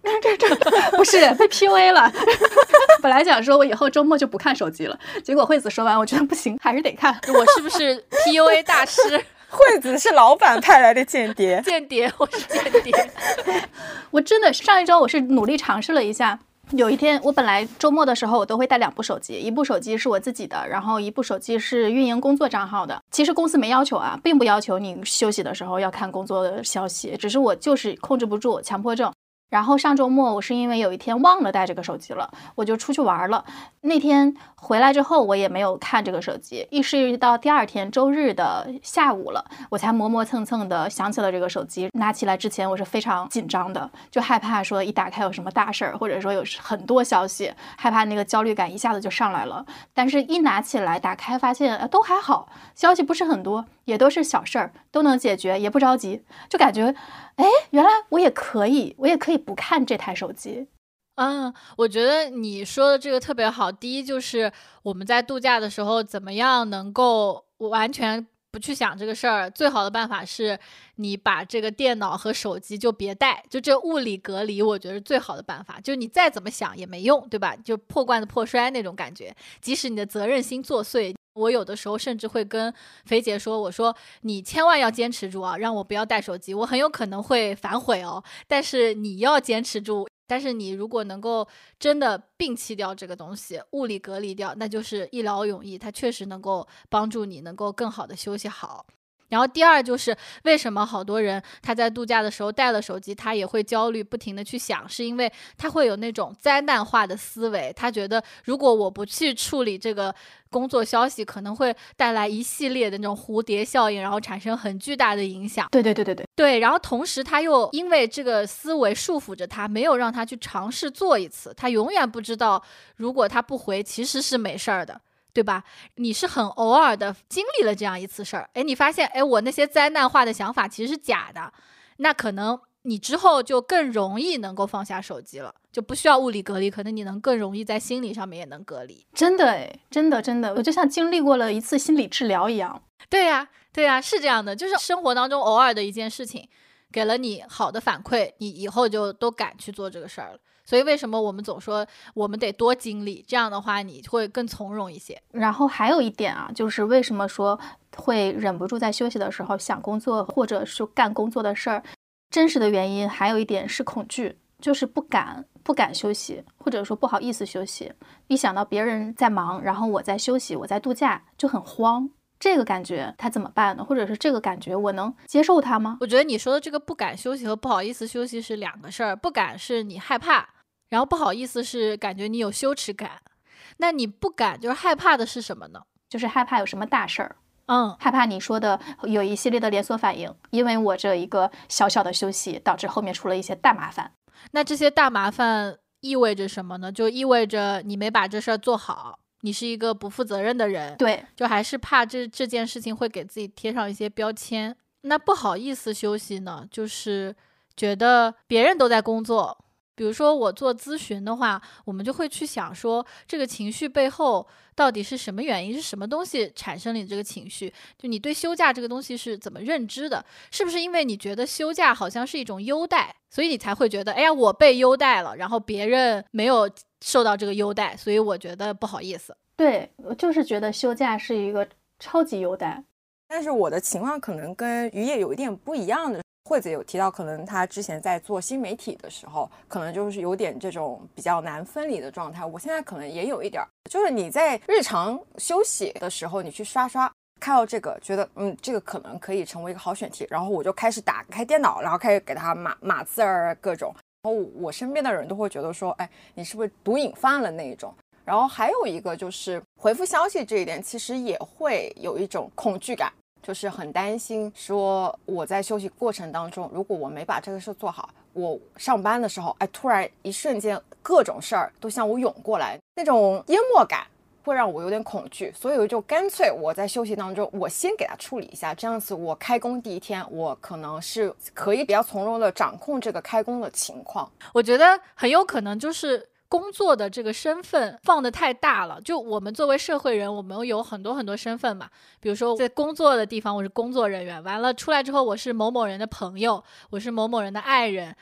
这这不是被 P U A 了。本来想说我以后周末就不看手机了，结果惠子说完，我觉得不行，还是得看。 我是不是 P U A 大师？ 惠子是老板派来的间谍。 间谍，我是间谍。 我真的上一周我是努力尝试了一下。有一天，我本来周末的时候我都会带两部手机，一部手机是我自己的，然后一部手机是运营工作账号的。其实公司没要求啊，并不要求你休息的时候要看工作的消息，只是我就是控制不住，强迫症。然后上周末我是因为有一天忘了带这个手机了，我就出去玩了。那天回来之后我也没有看这个手机，一直到第二天周日的下午了，我才磨磨蹭蹭的想起了这个手机。拿起来之前我是非常紧张的，就害怕说一打开有什么大事儿，或者说有很多消息，害怕那个焦虑感一下子就上来了。但是一拿起来打开发现、呃、都还好，消息不是很多，也都是小事儿，都能解决，也不着急，就感觉哎，原来我也可以我也可以不看这台手机。 嗯，我觉得你说的这个特别好。第一就是我们在度假的时候怎么样能够完全不去想这个事儿，最好的办法是你把这个电脑和手机就别带，就这物理隔离，我觉得是最好的办法。就你再怎么想也没用，对吧？就破罐子破摔那种感觉，即使你的责任心作祟。我有的时候甚至会跟肥姐说，我说你千万要坚持住啊，让我不要带手机，我很有可能会反悔哦，但是你要坚持住。但是你如果能够真的摒弃掉这个东西，物理隔离掉，那就是一劳永逸，它确实能够帮助你能够更好的休息好。然后第二就是为什么好多人他在度假的时候带了手机他也会焦虑，不停的去想，是因为他会有那种灾难化的思维，他觉得如果我不去处理这个工作消息，可能会带来一系列的那种蝴蝶效应，然后产生很巨大的影响。 对对对对对对，然后同时他又因为这个思维束缚着他，没有让他去尝试做一次，他永远不知道如果他不回其实是没事儿的，对吧？你是很偶尔的经历了这样一次事儿，哎，你发现哎，我那些灾难化的想法其实是假的，那可能你之后就更容易能够放下手机了，就不需要物理隔离，可能你能更容易在心理上面也能隔离。 真的哎，真的真的，我就像经历过了一次心理治疗一样。 对呀、啊、对呀、啊，是这样的，就是生活当中偶尔的一件事情给了你好的反馈，你以后就都敢去做这个事儿了。所以为什么我们总说我们得多经历，这样的话你会更从容一些。 然后还有一点啊，就是为什么说会忍不住在休息的时候想工作或者是干工作的事儿，真实的原因还有一点是恐惧，就是不敢不敢休息，或者说不好意思休息，一想到别人在忙，然后我在休息，我在度假，就很慌。这个感觉他怎么办呢？或者是这个感觉我能接受它吗？ 我觉得你说的这个不敢休息和不好意思休息是两个事儿。不敢是你害怕，然后不好意思是感觉你有羞耻感。那你不敢就是害怕的是什么呢？ 就是害怕有什么大事儿。 嗯， 害怕你说的有一系列的连锁反应，因为我这一个小小的休息导致后面出了一些大麻烦。 那这些大麻烦意味着什么呢？就意味着你没把这事儿做好，你是一个不负责任的人。 对， 就还是怕这这件事情会给自己贴上一些标签。那不好意思休息呢，就是觉得别人都在工作。比如说我做咨询的话，我们就会去想说这个情绪背后到底是什么原因，是什么东西产生了你这个情绪，就你对休假这个东西是怎么认知的，是不是因为你觉得休假好像是一种优待，所以你才会觉得哎呀我被优待了，然后别人没有受到这个优待，所以我觉得不好意思。 对，我就是觉得休假是一个超级优待。 但是我的情况可能跟于野有一点不一样的，惠子有提到可能他之前在做新媒体的时候可能就是有点这种比较难分离的状态，我现在可能也有一点，就是你在日常休息的时候你去刷刷看到这个觉得嗯这个可能可以成为一个好选题，然后我就开始打开电脑，然后开始给他码码字儿各种，然后我身边的人都会觉得说哎你是不是毒瘾犯了那一种。然后还有一个就是回复消息这一点其实也会有一种恐惧感，就是很担心说我在休息过程当中如果我没把这个事做好，我上班的时候哎，突然一瞬间各种事儿都向我涌过来，那种淹没感会让我有点恐惧，所以我就干脆我在休息当中我先给它处理一下，这样子我开工第一天我可能是可以比较从容的掌控这个开工的情况。 我觉得很有可能就是工作的这个身份放得太大了，就我们作为社会人我们有很多很多身份嘛，比如说在工作的地方我是工作人员，完了出来之后我是某某人的朋友，我是某某人的爱人，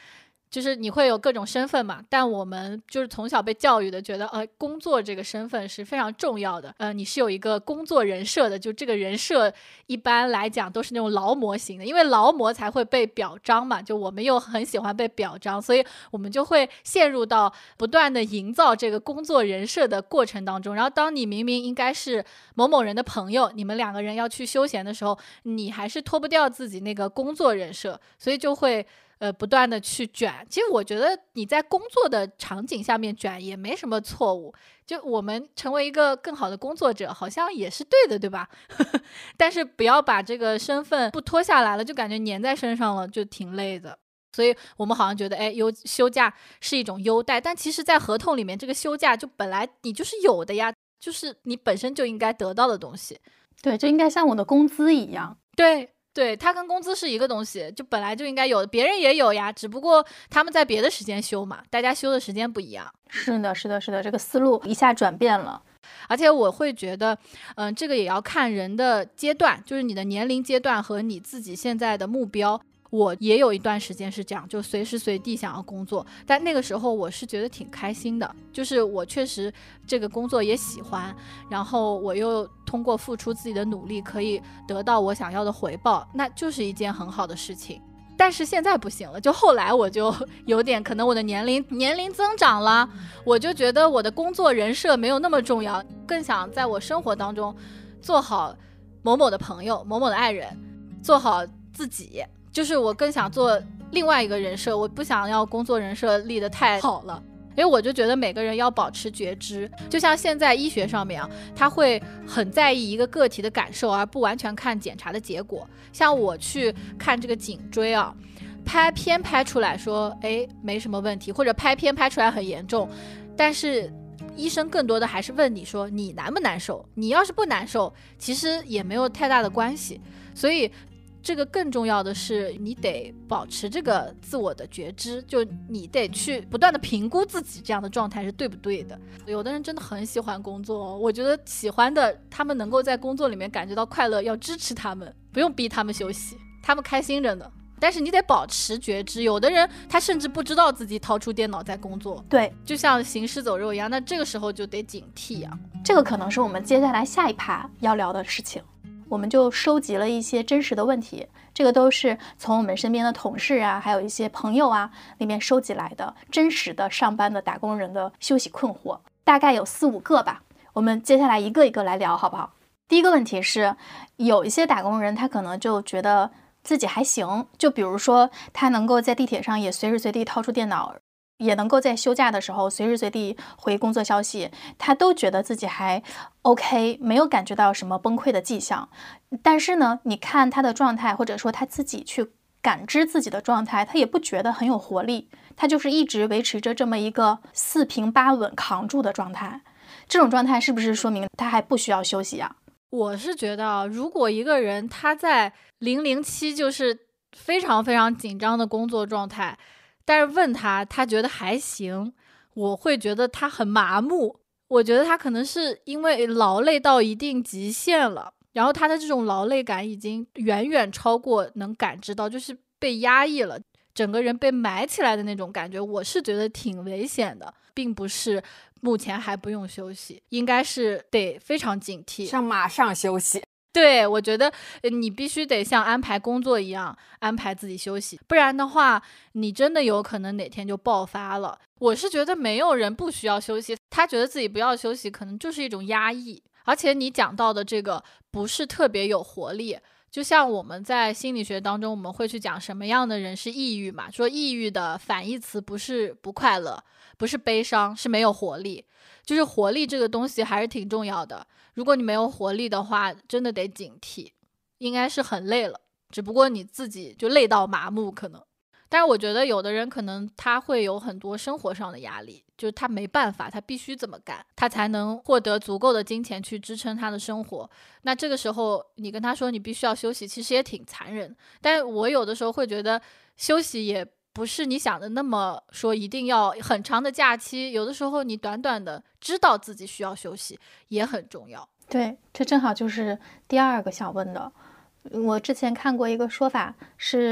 就是你会有各种身份嘛，但我们就是从小被教育的，觉得呃，工作这个身份是非常重要的。呃，你是有一个工作人设的，就这个人设一般来讲都是那种劳模型的，因为劳模才会被表彰嘛，就我们又很喜欢被表彰，所以我们就会陷入到不断的营造这个工作人设的过程当中。然后当你明明应该是某某人的朋友，你们两个人要去休闲的时候，你还是脱不掉自己那个工作人设，所以就会呃，不断的去卷。其实我觉得你在工作的场景下面卷也没什么错误，就我们成为一个更好的工作者好像也是对的，对吧？但是不要把这个身份不脱下来了，就感觉粘在身上了，就挺累的。所以我们好像觉得哎，休休假是一种优待，但其实在合同里面这个休假就本来你就是有的呀，就是你本身就应该得到的东西。 对，就应该像我的工资一样。 对对，它跟工资是一个东西，就本来就应该有，别人也有呀，只不过他们在别的时间休嘛，大家休的时间不一样。 是的，是的，是的，这个思路一下转变了。 而且我会觉得，嗯、呃，这个也要看人的阶段，就是你的年龄阶段和你自己现在的目标。我也有一段时间是这样，就随时随地想要工作，但那个时候我是觉得挺开心的，就是我确实这个工作也喜欢，然后我又通过付出自己的努力可以得到我想要的回报，那就是一件很好的事情。但是现在不行了，就后来我就有点可能我的年龄年龄增长了，我就觉得我的工作人设没有那么重要，更想在我生活当中做好某某的朋友，某某的爱人，做好自己，就是我更想做另外一个人设，我不想要工作人设立得太好了。因为我就觉得每个人要保持觉知，就像现在医学上面啊，他会很在意一个个体的感受，而不完全看检查的结果。像我去看这个颈椎啊，拍片拍出来说哎没什么问题，或者拍片拍出来很严重，但是医生更多的还是问你说你难不难受，你要是不难受其实也没有太大的关系。所以这个更重要的是你得保持这个自我的觉知，就你得去不断的评估自己这样的状态是对不对的。有的人真的很喜欢工作，我觉得喜欢的他们能够在工作里面感觉到快乐，要支持他们，不用逼他们休息，他们开心着呢。但是你得保持觉知，有的人他甚至不知道自己掏出电脑在工作， 对， 就像行尸走肉一样，那这个时候就得警惕啊。 这个可能是我们接下来下一趴要聊的事情。我们就收集了一些真实的问题，这个都是从我们身边的同事啊，还有一些朋友啊里面收集来的真实的上班的打工人的休息困惑，大概有四五个吧。我们接下来一个一个来聊，好不好？第一个问题是，有一些打工人他可能就觉得自己还行，就比如说他能够在地铁上也随时随地掏出电脑，也能够在休假的时候随时随地回工作消息，他都觉得自己还 OK， 没有感觉到什么崩溃的迹象。但是呢，你看他的状态，或者说他自己去感知自己的状态，他也不觉得很有活力，他就是一直维持着这么一个四平八稳扛住的状态。这种状态是不是说明他还不需要休息啊？ 我是觉得，如果一个人他在零零七就是非常非常紧张的工作状态，但是问他他觉得还行，我会觉得他很麻木。我觉得他可能是因为劳累到一定极限了，然后他的这种劳累感已经远远超过能感知到，就是被压抑了，整个人被埋起来的那种感觉。我是觉得挺危险的，并不是目前还不用休息，应该是得非常警惕， 像马上休息。 对，我觉得你必须得像安排工作一样安排自己休息，不然的话你真的有可能哪天就爆发了。我是觉得没有人不需要休息，他觉得自己不要休息可能就是一种压抑。而且你讲到的这个不是特别有活力，就像我们在心理学当中我们会去讲什么样的人是抑郁嘛，说抑郁的反义词不是不快乐，不是悲伤，是没有活力。就是活力这个东西还是挺重要的，如果你没有活力的话真的得警惕，应该是很累了，只不过你自己就累到麻木可能。但是我觉得有的人可能他会有很多生活上的压力，就是他没办法，他必须这么干，他才能获得足够的金钱去支撑他的生活。那这个时候你跟他说你必须要休息，其实也挺残忍。但是我有的时候会觉得休息也不是你想的那么说一定要很长的假期，有的时候你短短的知道自己需要休息也很重要。 对，这正好就是第二个想问的。我之前看过一个说法，是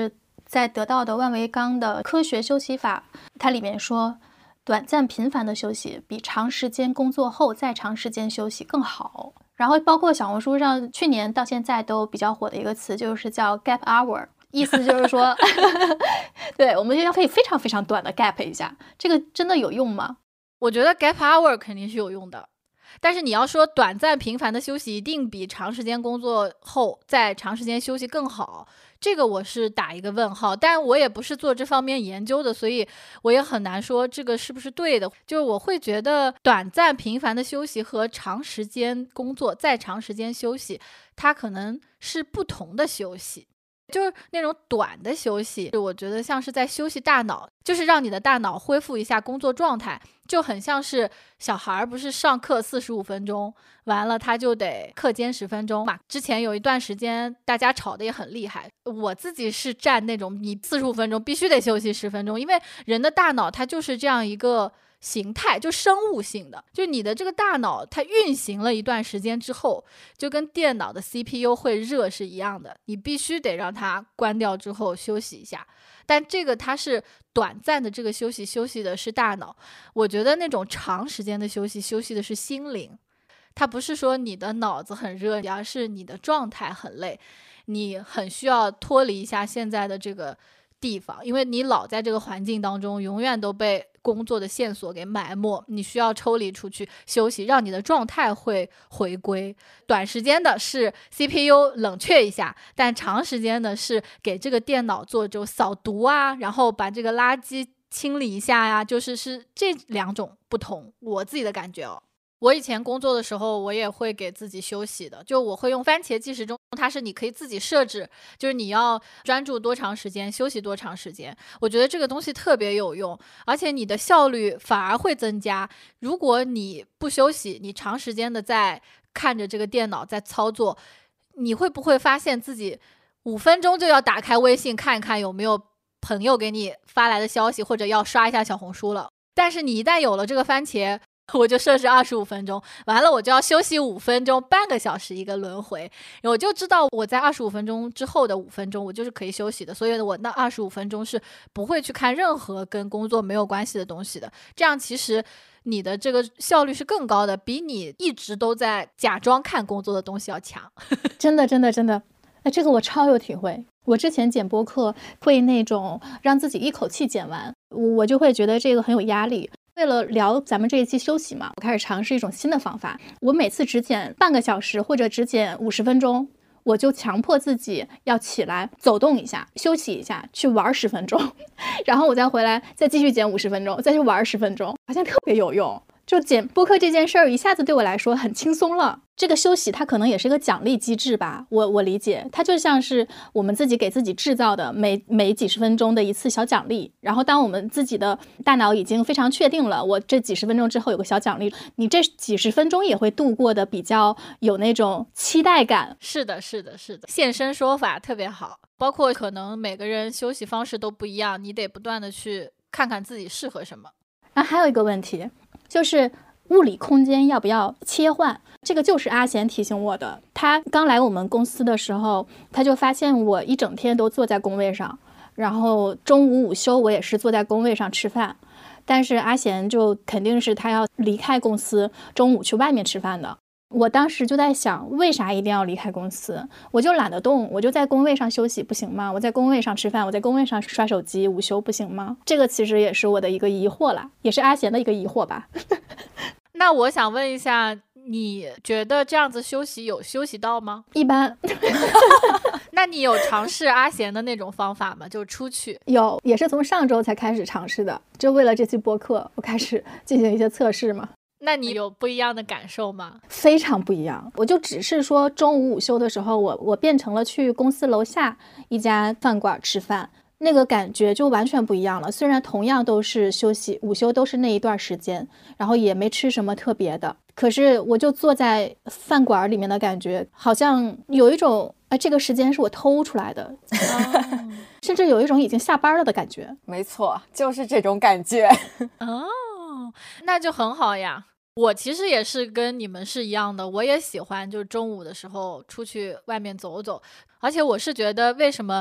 在得到的万维钢的科学休息法，它里面说短暂频繁的休息比长时间工作后再长时间休息更好。然后包括小红书上去年到现在都比较火的一个词就是叫 gap hour， 意思就是说对，我们就可以非常非常短的 gap 一下。这个真的有用吗？ 我觉得 gap hour 肯定是有用的，但是你要说短暂频繁的休息一定比长时间工作后再长时间休息更好，这个我是打一个问号。但我也不是做这方面研究的，所以我也很难说这个是不是对的。就是我会觉得短暂频繁的休息和长时间工作再长时间休息，它可能是不同的休息。就是那种短的休息，我觉得像是在休息大脑，就是让你的大脑恢复一下工作状态，就很像是小孩不是上课四十五分钟，完了他就得课间十分钟嘛。之前有一段时间大家吵得也很厉害，我自己是站那种你四十五分钟必须得休息十分钟，因为人的大脑它就是这样一个形态，就生物性的，就你的这个大脑它运行了一段时间之后，就跟电脑的 C P U 会热是一样的，你必须得让它关掉之后休息一下。但这个它是短暂的，这个休息休息的是大脑。我觉得那种长时间的休息休息的是心灵，它不是说你的脑子很热，而是你的状态很累，你很需要脱离一下现在的这个地方，因为你老在这个环境当中，永远都被工作的线索给埋没，你需要抽离出去休息，让你的状态会回归。短时间的是 C P U 冷却一下，但长时间的是给这个电脑做这种扫毒啊，然后把这个垃圾清理一下呀、啊，就是是这两种不同，我自己的感觉哦。我以前工作的时候，我也会给自己休息的，就我会用番茄计时钟，它是你可以自己设置，就是你要专注多长时间，休息多长时间。我觉得这个东西特别有用，而且你的效率反而会增加。如果你不休息，你长时间的在看着这个电脑在操作，你会不会发现自己五分钟就要打开微信看一看有没有朋友给你发来的消息，或者要刷一下小红书了。但是你一旦有了这个番茄，我就设置二十五分钟，完了我就要休息五分钟，半个小时一个轮回，我就知道我在二十五分钟之后的五分钟我就是可以休息的，所以我那二十五分钟是不会去看任何跟工作没有关系的东西的。这样其实你的这个效率是更高的，比你一直都在假装看工作的东西要强。 真的真的真的，哎，这个我超有体会。我之前剪播客会那种让自己一口气剪完，我就会觉得这个很有压力。为了聊咱们这一期休息嘛，我开始尝试一种新的方法。我每次只剪半个小时或者只剪五十分钟，我就强迫自己要起来走动一下，休息一下，去玩十分钟，然后我再回来再继续剪五十分钟，再去玩十分钟，好像特别有用。就剪播客这件事儿一下子对我来说很轻松了。这个休息它可能也是个奖励机制吧，我我理解它就像是我们自己给自己制造的每每几十分钟的一次小奖励，然后当我们自己的大脑已经非常确定了我这几十分钟之后有个小奖励，你这几十分钟也会度过的比较有那种期待感。 是的是的是的，现身说法特别好，包括可能每个人休息方式都不一样，你得不断的去看看自己适合什么。 然后还有一个问题就是物理空间要不要切换，这个就是阿贤提醒我的。他刚来我们公司的时候，他就发现我一整天都坐在工位上，然后中午午休我也是坐在工位上吃饭，但是阿贤就肯定是他要离开公司，中午去外面吃饭的。我当时就在想，为啥一定要离开公司？我就懒得动，我就在工位上休息不行吗？我在工位上吃饭，我在工位上刷手机，午休不行吗？这个其实也是我的一个疑惑啦，也是阿贤的一个疑惑吧。 那我想问一下，你觉得这样子休息有休息到吗？ 一般。 那你有尝试阿贤的那种方法吗？就出去？ 有，也是从上周才开始尝试的，就为了这期播客我开始进行一些测试嘛。 那你有不一样的感受吗？ 非常不一样。我就只是说中午午休的时候，我我变成了去公司楼下一家饭馆吃饭，那个感觉就完全不一样了。虽然同样都是休息，午休都是那一段时间，然后也没吃什么特别的，可是我就坐在饭馆里面的感觉，好像有一种哎，这个时间是我偷出来的、哦、甚至有一种已经下班了的感觉。 没错，就是这种感觉。 哦，那就很好呀。我其实也是跟你们是一样的，我也喜欢就是中午的时候出去外面走走，而且我是觉得为什么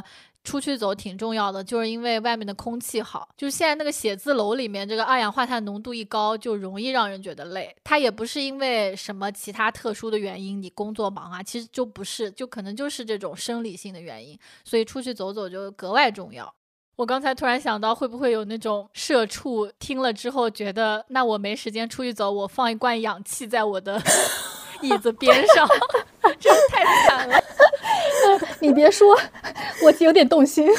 出去走挺重要的，就是因为外面的空气好。就是现在那个写字楼里面，这个二氧化碳浓度一高，就容易让人觉得累。它也不是因为什么其他特殊的原因，你工作忙啊，其实就不是，就可能就是这种生理性的原因，所以出去走走就格外重要。我刚才突然想到，会不会有那种社畜听了之后觉得，那我没时间出去走，我放一罐氧气在我的椅子边上，真的太惨了。 你别说，我有点动心。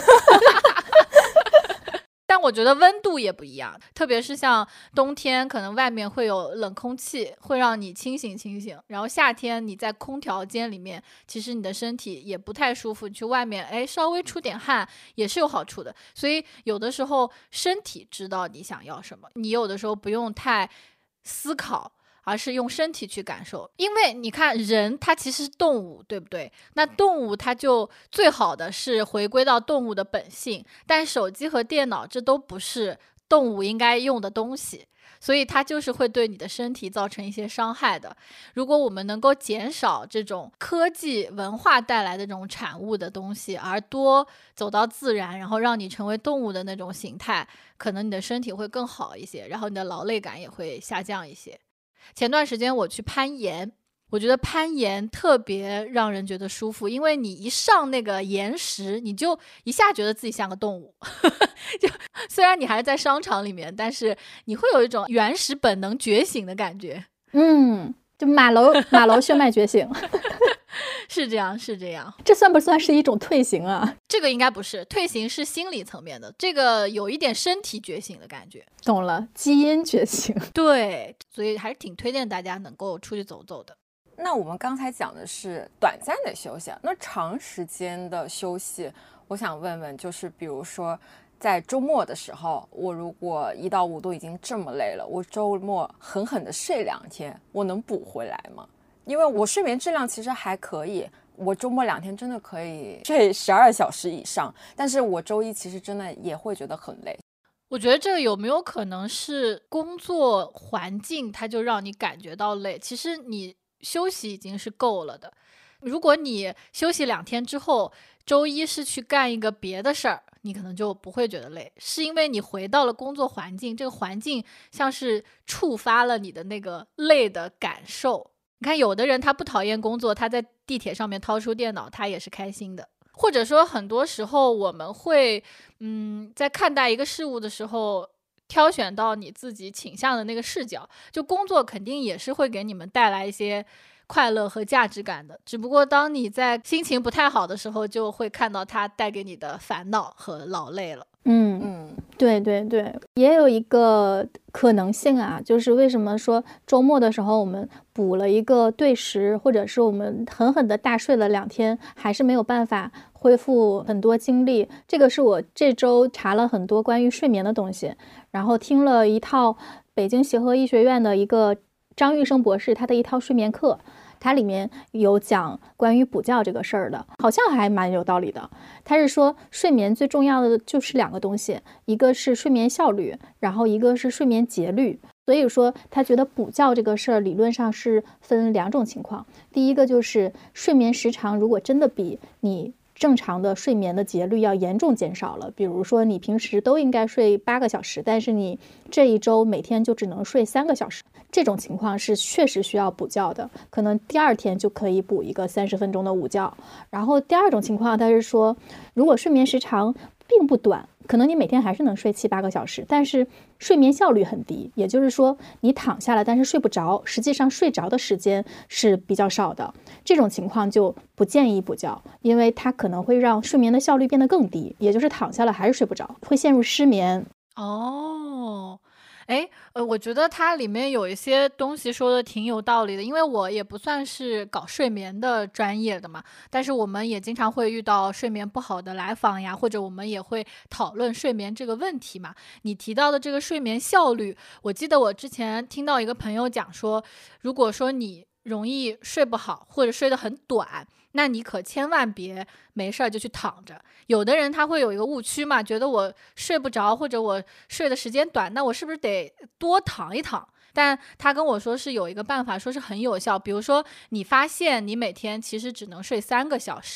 但我觉得温度也不一样，特别是像冬天，可能外面会有冷空气，会让你清醒清醒。然后夏天你在空调间里面，其实你的身体也不太舒服，你去外面，哎，稍微出点汗也是有好处的。所以有的时候身体知道你想要什么，你有的时候不用太思考，而是用身体去感受。因为你看人他其实是动物，对不对？那动物它就最好的是回归到动物的本性，但手机和电脑这都不是动物应该用的东西，所以它就是会对你的身体造成一些伤害的。如果我们能够减少这种科技文化带来的这种产物的东西，而多走到自然，然后让你成为动物的那种形态，可能你的身体会更好一些，然后你的劳累感也会下降一些。前段时间我去攀岩，我觉得攀岩特别让人觉得舒服，因为你一上那个岩石，你就一下觉得自己像个动物。就虽然你还是在商场里面，但是你会有一种原始本能觉醒的感觉。 嗯，就马楼马楼血脉觉醒。 是这样是这样。 这算不算是一种退行啊？ 这个应该不是，退行是心理层面的，这个有一点身体觉醒的感觉。 懂了，基因觉醒。 对，所以还是挺推荐大家能够出去走走的。 那我们刚才讲的是短暂的休息，那长时间的休息，我想问问，就是比如说在周末的时候，我如果一到五都已经这么累了，我周末狠狠的睡两天，我能补回来吗？因为我睡眠质量其实还可以，我周末两天真的可以睡十二小时以上，但是我周一其实真的也会觉得很累。 我觉得这个有没有可能是工作环境它就让你感觉到累，其实你休息已经是够了的。如果你休息两天之后，周一是去干一个别的事儿，你可能就不会觉得累，是因为你回到了工作环境，这个环境像是触发了你的那个累的感受。你看有的人他不讨厌工作，他在地铁上面掏出电脑他也是开心的。或者说很多时候我们会嗯，在看待一个事物的时候挑选到你自己倾向的那个视角，就工作肯定也是会给你们带来一些快乐和价值感的，只不过当你在心情不太好的时候，就会看到它带给你的烦恼和劳累了。 嗯嗯，对对对，也有一个可能性啊，就是为什么说周末的时候我们补了一个对时，或者是我们狠狠的大睡了两天，还是没有办法恢复很多精力。这个是我这周查了很多关于睡眠的东西，然后听了一套北京协和医学院的一个张玉生博士他的一套睡眠课，它里面有讲关于补觉这个事儿的，好像还蛮有道理的。他是说睡眠最重要的就是两个东西，一个是睡眠效率，然后一个是睡眠节律。所以说他觉得补觉这个事儿理论上是分两种情况，第一个就是睡眠时长如果真的比你正常的睡眠的节律要严重减少了，比如说你平时都应该睡八个小时，但是你这一周每天就只能睡三个小时，这种情况是确实需要补觉的，可能第二天就可以补一个三十分钟的午觉。然后第二种情况，他是说如果睡眠时长并不短，可能你每天还是能睡七八个小时，但是睡眠效率很低，也就是说你躺下来但是睡不着，实际上睡着的时间是比较少的，这种情况就不建议补觉，因为它可能会让睡眠的效率变得更低，也就是躺下来还是睡不着，会陷入失眠。 哦，哎，呃，我觉得它里面有一些东西说的挺有道理的，因为我也不算是搞睡眠的专业的嘛，但是我们也经常会遇到睡眠不好的来访呀，或者我们也会讨论睡眠这个问题嘛。你提到的这个睡眠效率，我记得我之前听到一个朋友讲说，如果说你容易睡不好或者睡得很短，那你可千万别没事就去躺着。有的人他会有一个误区嘛，觉得我睡不着或者我睡的时间短，那我是不是得多躺一躺？但他跟我说是有一个办法，说是很有效。比如说你发现你每天其实只能睡三个小时，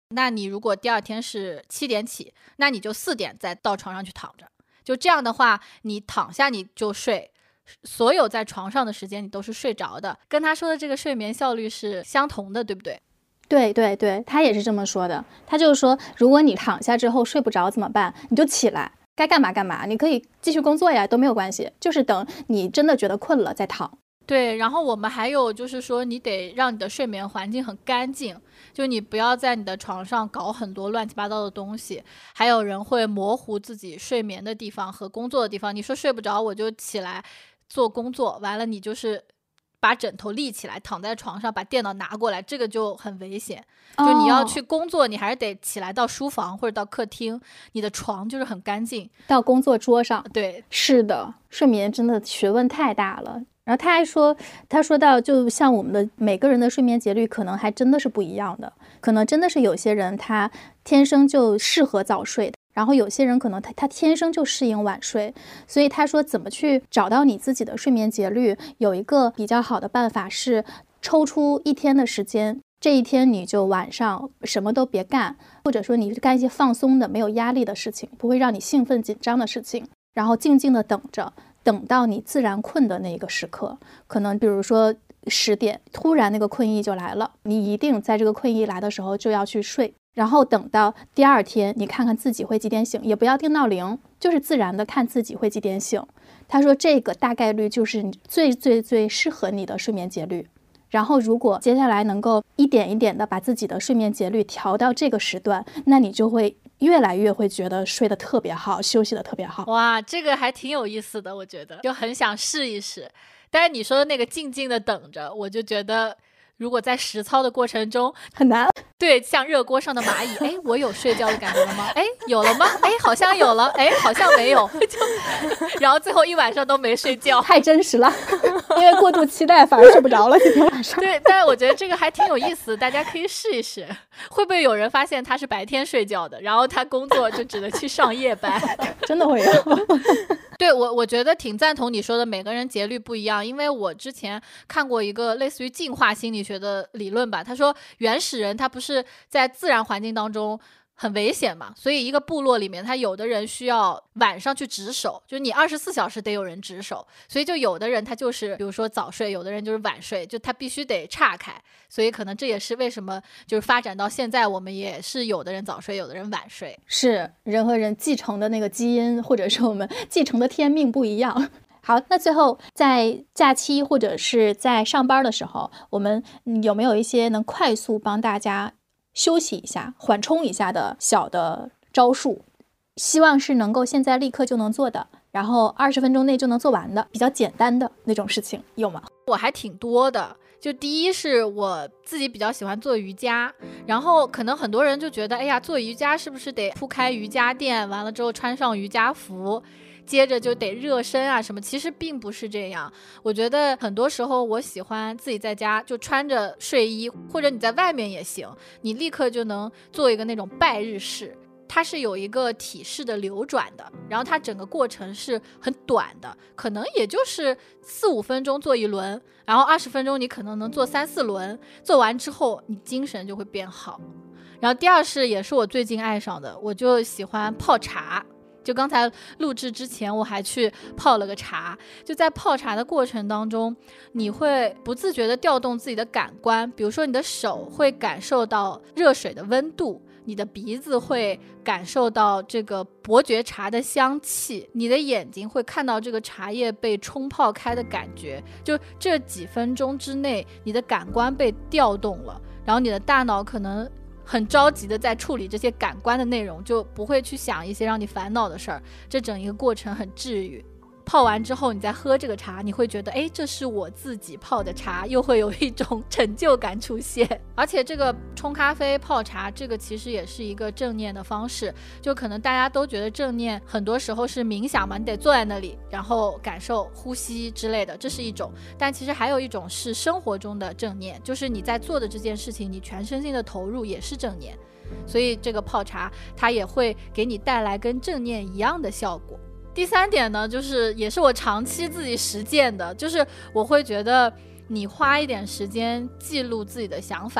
那你如果第二天是七点起，那你就四点再到床上去躺着，就这样的话你躺下你就睡，所有在床上的时间你都是睡着的，跟他说的这个睡眠效率是相同的，对不对？ 对对对，他也是这么说的。他就是说，如果你躺下之后睡不着怎么办？你就起来，该干嘛干嘛，你可以继续工作呀，都没有关系，就是等你真的觉得困了再躺。 对，然后我们还有就是说，你得让你的睡眠环境很干净，就你不要在你的床上搞很多乱七八糟的东西。还有人会模糊自己睡眠的地方和工作的地方，你说睡不着我就起来做工作，完了你就是把枕头立起来躺在床上，把电脑拿过来，这个就很危险。就你要去工作、哦、你还是得起来到书房或者到客厅，你的床就是很干净， 到工作桌上。 对， 是的，睡眠真的学问太大了。然后他还说，他说到就像我们的每个人的睡眠节律可能还真的是不一样的，可能真的是有些人他天生就适合早睡，然后有些人可能他他天生就适应晚睡。所以他说怎么去找到你自己的睡眠节律，有一个比较好的办法是抽出一天的时间，这一天你就晚上什么都别干，或者说你干一些放松的没有压力的事情，不会让你兴奋紧张的事情，然后静静的等着，等到你自然困的那个时刻，可能比如说十点突然那个困意就来了，你一定在这个困意来的时候就要去睡，然后等到第二天你看看自己会几点醒，也不要定闹铃，就是自然的看自己会几点醒。他说这个大概率就是最最最适合你的睡眠节律。然后如果接下来能够一点一点的把自己的睡眠节律调到这个时段，那你就会越来越会觉得睡得特别好，休息得特别好。 哇，这个还挺有意思的，我觉得就很想试一试。但是你说的那个静静的等着，我就觉得如果在实操的过程中很难。 对，像热锅上的蚂蚁，哎，我有睡觉的感觉了吗？哎，有了吗？哎，好像有了，哎，好像没有，就然后最后一晚上都没睡觉， 太真实了，因为过度期待反而睡不着了今天晚上。 对，但是我觉得这个还挺有意思，大家可以试一试。会不会有人发现他是白天睡觉的，然后他工作就只能去上夜班？ 真的会有。 对，我我觉得挺赞同你说的，每个人节律不一样。因为我之前看过一个类似于进化心理学的理论吧，他说原始人他不是在自然环境当中很危险嘛，所以一个部落里面他有的人需要晚上去值守，就是你二十四小时得有人值守，所以就有的人他就是比如说早睡，有的人就是晚睡，就他必须得岔开。所以可能这也是为什么就是发展到现在我们也是有的人早睡有的人晚睡， 是人和人继承的那个基因或者是我们继承的天命不一样。好，那最后在假期或者是在上班的时候，我们有没有一些能快速帮大家休息一下缓冲一下的小的招数，希望是能够现在立刻就能做的，然后二十分钟内就能做完的比较简单的那种事情，有吗？ 我还挺多的。就第一是我自己比较喜欢做瑜伽，然后可能很多人就觉得哎呀，做瑜伽是不是得铺开瑜伽垫，完了之后穿上瑜伽服，接着就得热身啊什么，其实并不是这样。我觉得很多时候我喜欢自己在家就穿着睡衣，或者你在外面也行，你立刻就能做一个那种拜日式，它是有一个体式的流转的，然后它整个过程是很短的，可能也就是四五分钟做一轮，然后二十分钟你可能能做三四轮，做完之后你精神就会变好。然后第二是也是我最近爱上的，我就喜欢泡茶，就刚才录制之前我还去泡了个茶，就在泡茶的过程当中，你会不自觉地调动自己的感官，比如说你的手会感受到热水的温度，你的鼻子会感受到这个伯爵茶的香气，你的眼睛会看到这个茶叶被冲泡开的感觉，就这几分钟之内你的感官被调动了，然后你的大脑可能很着急的在处理这些感官的内容，就不会去想一些让你烦恼的事儿，这整一个过程很治愈。泡完之后你再喝这个茶，你会觉得哎，这是我自己泡的茶，又会有一种成就感出现。而且这个冲咖啡泡茶，这个其实也是一个正念的方式，就可能大家都觉得正念很多时候是冥想嘛，你得坐在那里然后感受呼吸之类的，这是一种，但其实还有一种是生活中的正念，就是你在做的这件事情你全身心的投入也是正念，所以这个泡茶它也会给你带来跟正念一样的效果。第三点呢，就是也是我长期自己实践的，就是我会觉得你花一点时间记录自己的想法，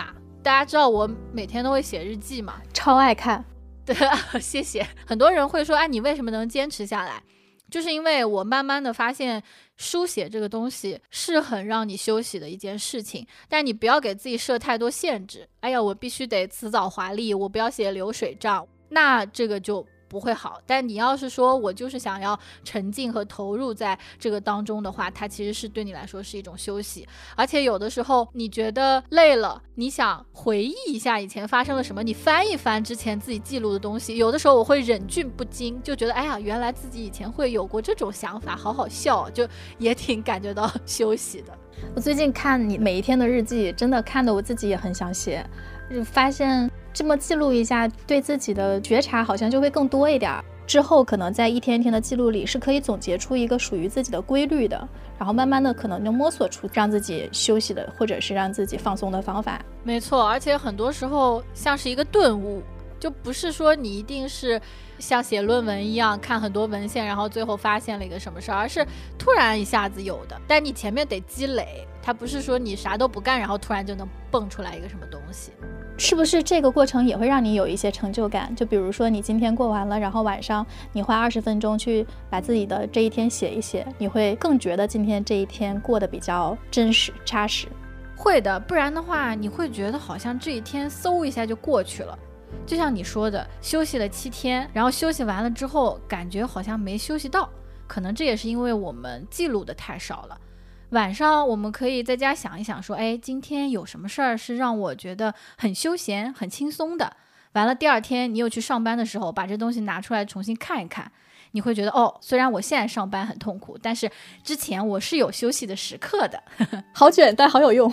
大家知道我每天都会写日记嘛， 超爱看。 对，谢谢。很多人会说，哎，你为什么能坚持下来？就是因为我慢慢的发现书写这个东西是很让你休息的一件事情，但你不要给自己设太多限制。哎呀，我必须得辞藻华丽，我不要写流水账，那这个就不会好。但你要是说我就是想要沉浸和投入在这个当中的话，它其实是对你来说是一种休息。而且有的时候你觉得累了，你想回忆一下以前发生了什么，你翻一翻之前自己记录的东西，有的时候我会忍俊不禁，就觉得哎呀，原来自己以前会有过这种想法，好好笑，就也挺感觉到休息的。 我最近看你每一天的日记，真的看得我自己也很想写，就发现这么记录一下，对自己的觉察好像就会更多一点。之后可能在一天一天的记录里是可以总结出一个属于自己的规律的，然后慢慢的可能就摸索出让自己休息的或者是让自己放松的方法。 没错，而且很多时候像是一个顿悟，就不是说你一定是像写论文一样看很多文献然后最后发现了一个什么事儿，而是突然一下子有的，但你前面得积累，它不是说你啥都不干然后突然就能蹦出来一个什么东西。 是不是这个过程也会让你有一些成就感？就比如说你今天过完了，然后晚上你花二十分钟去把自己的这一天写一写，你会更觉得今天这一天过得比较真实扎实。 会的，不然的话你会觉得好像这一天嗖一下就过去了。就像你说的，休息了七天，然后休息完了之后感觉好像没休息到，可能这也是因为我们记录的太少了。晚上我们可以在家想一想说，哎，今天有什么事儿是让我觉得很休闲很轻松的，完了第二天你又去上班的时候把这东西拿出来重新看一看，你会觉得哦，虽然我现在上班很痛苦，但是之前我是有休息的时刻的。 好卷但好有用。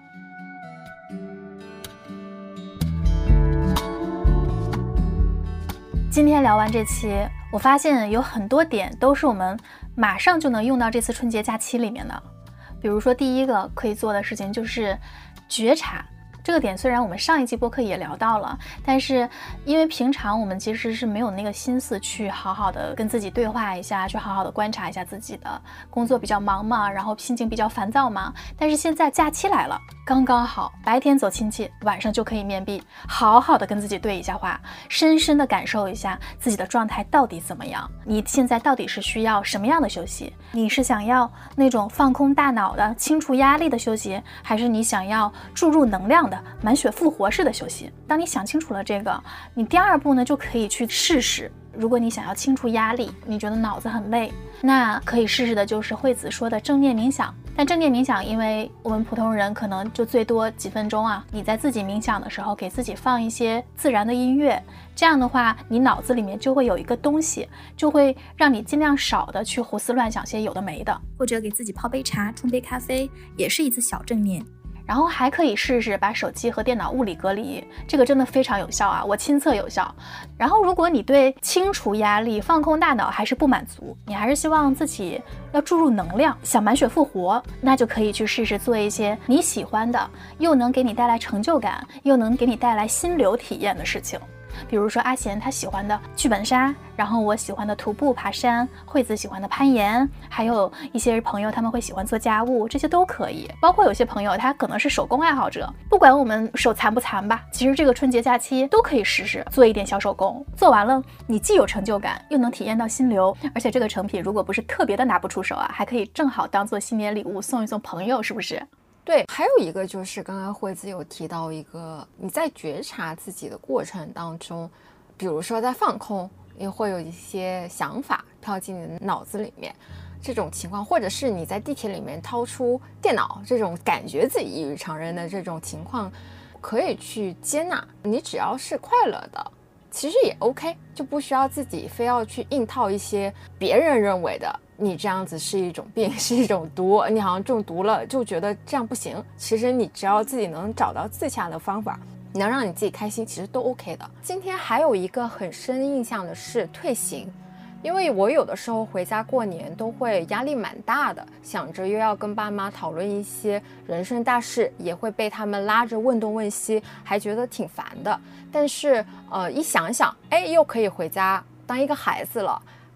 今天聊完这期，我发现有很多点都是我们马上就能用到这次春节假期里面的。比如说第一个可以做的事情就是觉察。这个点虽然我们上一期播客也聊到了，但是因为平常我们其实是没有那个心思去好好的跟自己对话一下，去好好的观察一下自己的。工作比较忙嘛，然后心情比较烦躁嘛，但是现在假期来了，刚刚好，白天走亲戚，晚上就可以面壁，好好的跟自己对一下话，深深的感受一下自己的状态到底怎么样，你现在到底是需要什么样的休息？你是想要那种放空大脑的清除压力的休息，还是你想要注入能量的满血复活式的休息？当你想清楚了这个，你第二步呢就可以去试试。如果你想要清除压力，你觉得脑子很累，那可以试试的就是惠子说的正念冥想。但正念冥想因为我们普通人可能就最多几分钟啊，你在自己冥想的时候给自己放一些自然的音乐，这样的话你脑子里面就会有一个东西，就会让你尽量少的去胡思乱想些有的没的，或者给自己泡杯茶冲杯咖啡，也是一次小正念。然后还可以试试把手机和电脑物理隔离，这个真的非常有效啊，我亲测有效。然后如果你对清除压力放空大脑还是不满足，你还是希望自己要注入能量，想满血复活，那就可以去试试做一些你喜欢的，又能给你带来成就感，又能给你带来心流体验的事情。比如说阿贤他喜欢的剧本杀，然后我喜欢的徒步爬山，惠子喜欢的攀岩，还有一些朋友他们会喜欢做家务，这些都可以。包括有些朋友他可能是手工爱好者，不管我们手残不残吧，其实这个春节假期都可以试试做一点小手工，做完了你既有成就感，又能体验到心流，而且这个成品如果不是特别的拿不出手啊，还可以正好当做新年礼物送一送朋友，是不是？ 对，还有一个就是刚刚惠子有提到一个，你在觉察自己的过程当中，比如说在放空，也会有一些想法飘进你的脑子里面，这种情况，或者是你在地铁里面掏出电脑，这种感觉自己异于常人的这种情况，可以去接纳。你只要是快乐的，其实也 OK， 就不需要自己非要去硬套一些别人认为的你这样子是一种病，是一种毒，你好像中毒了就觉得这样不行。其实你只要自己能找到自洽的方法，能让你自己开心，其实都 OK 的。今天还有一个很深印象的是退行，因为我有的时候回家过年都会压力蛮大的，想着又要跟爸妈讨论一些人生大事，也会被他们拉着问东问西，还觉得挺烦的。但是呃，一想想，哎，又可以回家当一个孩子了，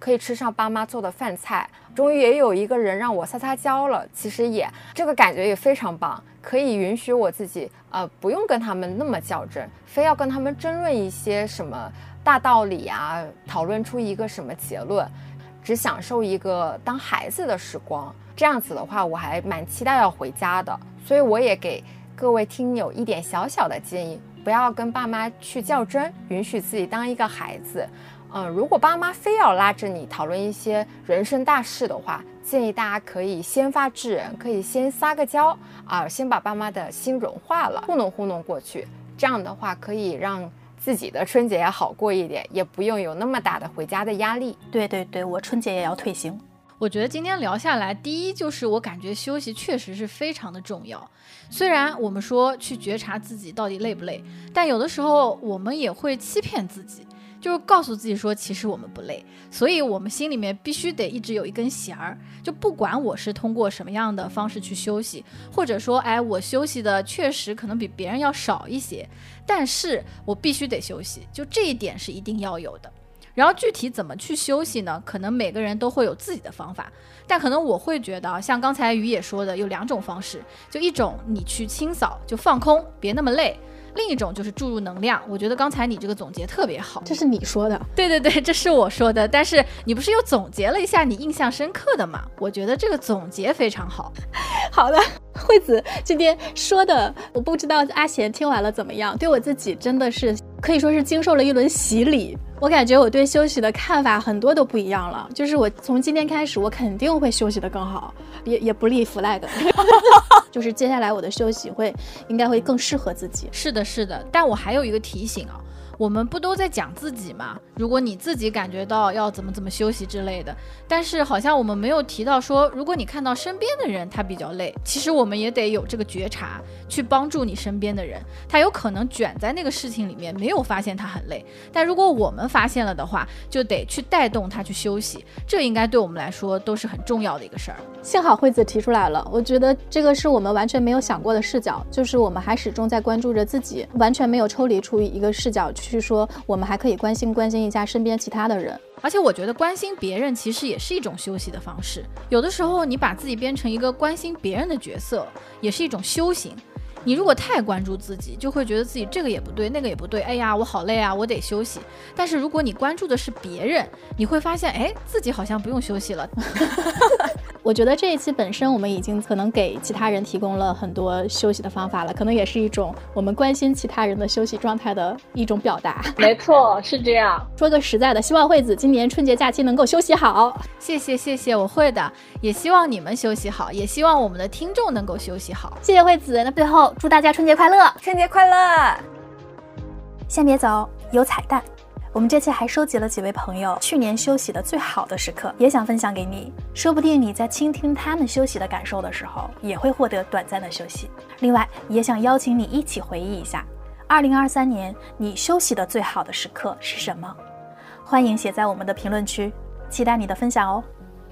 可以吃上爸妈做的饭菜，终于也有一个人让我撒撒娇了。其实也这个感觉也非常棒，可以允许我自己呃不用跟他们那么较真，非要跟他们争论一些什么大道理啊，讨论出一个什么结论，只享受一个当孩子的时光。这样子的话我还蛮期待要回家的，所以我也给各位听友一点小小的建议，不要跟爸妈去较真，允许自己当一个孩子。嗯，如果爸妈非要拉着你讨论一些人生大事的话，建议大家可以先发制人，可以先撒个娇啊，先把爸妈的心融化了，糊弄糊弄过去。这样的话可以让自己的春节也好过一点，也不用有那么大的回家的压力。 对对对，我春节也要退行。 我觉得今天聊下来，第一就是我感觉休息确实是非常的重要。虽然我们说去觉察自己到底累不累，但有的时候我们也会欺骗自己，就是告诉自己说其实我们不累，所以我们心里面必须得一直有一根弦儿，就不管我是通过什么样的方式去休息，或者说哎我休息的确实可能比别人要少一些，但是我必须得休息，就这一点是一定要有的。然后具体怎么去休息呢？可能每个人都会有自己的方法，但可能我会觉得像刚才于也说的有两种方式，就一种你去清扫，就放空，别那么累，另一种就是注入能量。我觉得刚才你这个总结特别好。 这是你说的？ 对对对，这是我说的，但是你不是又总结了一下你印象深刻的吗？我觉得这个总结非常好。 好的，惠子今天说的，我不知道阿贤听完了怎么样，对我自己真的是可以说是经受了一轮洗礼。我感觉我对休息的看法很多都不一样了，就是我从今天开始我肯定会休息的更好，也也不立 flag 就是接下来我的休息会应该会更适合自己。 是的是的，但我还有一个提醒啊，我们不都在讲自己吗？如果你自己感觉到要怎么怎么休息之类的，但是好像我们没有提到说，如果你看到身边的人他比较累，其实我们也得有这个觉察，去帮助你身边的人。他有可能卷在那个事情里面，没有发现他很累，但如果我们发现了的话，就得去带动他去休息，这应该对我们来说都是很重要的一个事儿。 幸好惠子提出来了，我觉得这个是我们完全没有想过的视角，就是我们还始终在关注着自己，完全没有抽离出一个视角去说我们还可以关心关心一下身边其他的人。 而且我觉得关心别人其实也是一种休息的方式，有的时候你把自己变成一个关心别人的角色，也是一种修行。你如果太关注自己，就会觉得自己这个也不对那个也不对，哎呀我好累啊，我得休息。但是如果你关注的是别人，你会发现哎，自己好像不用休息了我觉得这一期本身我们已经可能给其他人提供了很多休息的方法了，可能也是一种我们关心其他人的休息状态的一种表达。 没错，是这样。 说个实在的，希望惠子今年春节假期能够休息好。 谢谢谢谢，我会的，也希望你们休息好，也希望我们的听众能够休息好。 谢谢惠子，那最后祝大家春节快乐！ 春节快乐！ 先别走，有彩蛋。我们这期还收集了几位朋友去年休息的最好的时刻，也想分享给你，说不定你在倾听他们休息的感受的时候，也会获得短暂的休息。另外也想邀请你一起回忆一下二零二三年你休息的最好的时刻是什么，欢迎写在我们的评论区，期待你的分享哦。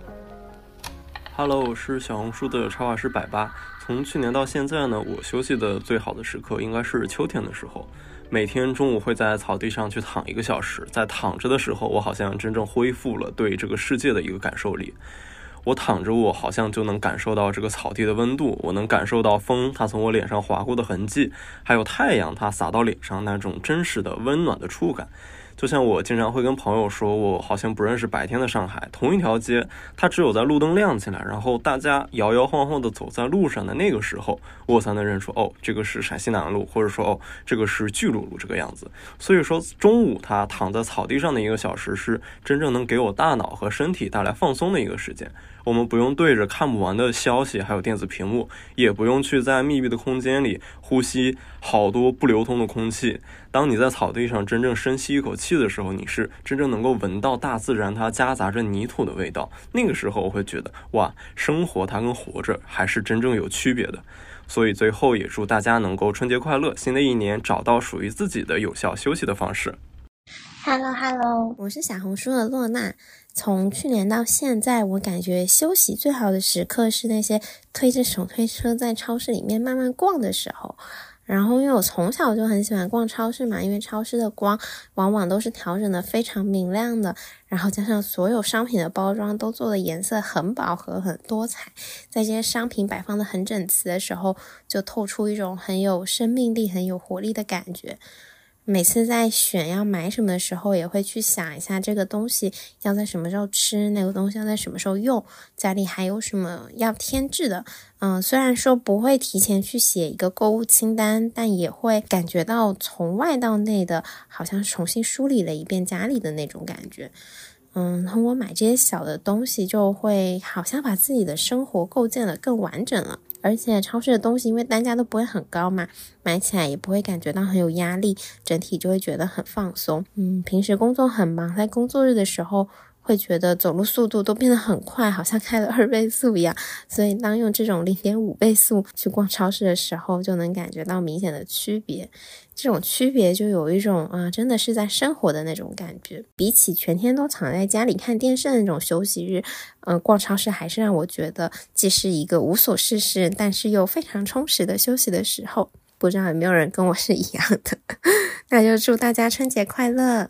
Hello， 我是小红书的插画师百八。从去年到现在呢，我休息的最好的时刻应该是秋天的时候，每天中午会在草地上去躺一个小时，在躺着的时候，我好像真正恢复了对这个世界的一个感受力。我躺着，我好像就能感受到这个草地的温度，我能感受到风它从我脸上划过的痕迹，还有太阳它洒到脸上那种真实的温暖的触感。就像我经常会跟朋友说，我好像不认识白天的上海，同一条街它只有在路灯亮起来，然后大家摇摇晃晃的走在路上的那个时候，我才能认出哦，这个是陕西南路，或者说哦，这个是巨鹿路这个样子。所以说中午它躺在草地上的一个小时是真正能给我大脑和身体带来放松的一个时间。我们不用对着看不完的消息还有电子屏幕，也不用去在密闭的空间里呼吸好多不流通的空气。当你在草地上真正深吸一口气的时候，你是真正能够闻到大自然它夹杂着泥土的味道。那个时候我会觉得哇，生活它跟活着还是真正有区别的。所以最后也祝大家能够春节快乐，新的一年找到属于自己的有效休息的方式。 Hello Hello， 我是小红书的洛娜。从去年到现在，我感觉休息最好的时刻是那些推着手推车在超市里面慢慢逛的时候。 然后因为我从小就很喜欢逛超市嘛，因为超市的光往往都是调整的非常明亮的，然后加上所有商品的包装都做的颜色很饱和很多彩，在这些商品摆放的很整齐的时候，就透出一种很有生命力很有活力的感觉。每次在选要买什么的时候，也会去想一下这个东西要在什么时候吃，那个东西要在什么时候用，家里还有什么要添置的。嗯，虽然说不会提前去写一个购物清单，但也会感觉到从外到内的好像重新梳理了一遍家里的那种感觉。嗯，通过买这些小的东西，就会好像把自己的生活构建得更完整了。而且超市的东西因为单价都不会很高嘛，买起来也不会感觉到很有压力，整体就会觉得很放松。嗯，平时工作很忙，在工作日的时候会觉得走路速度都变得很快，好像开了二倍速一样，所以当用这种 零点五 倍速去逛超市的时候，就能感觉到明显的区别。这种区别就有一种啊、呃，真的是在生活的那种感觉。比起全天都躺在家里看电视的那种休息日，嗯、呃，逛超市还是让我觉得既是一个无所事事，但是又非常充实的休息的时候。不知道有没有人跟我是一样的？那就祝大家春节快乐。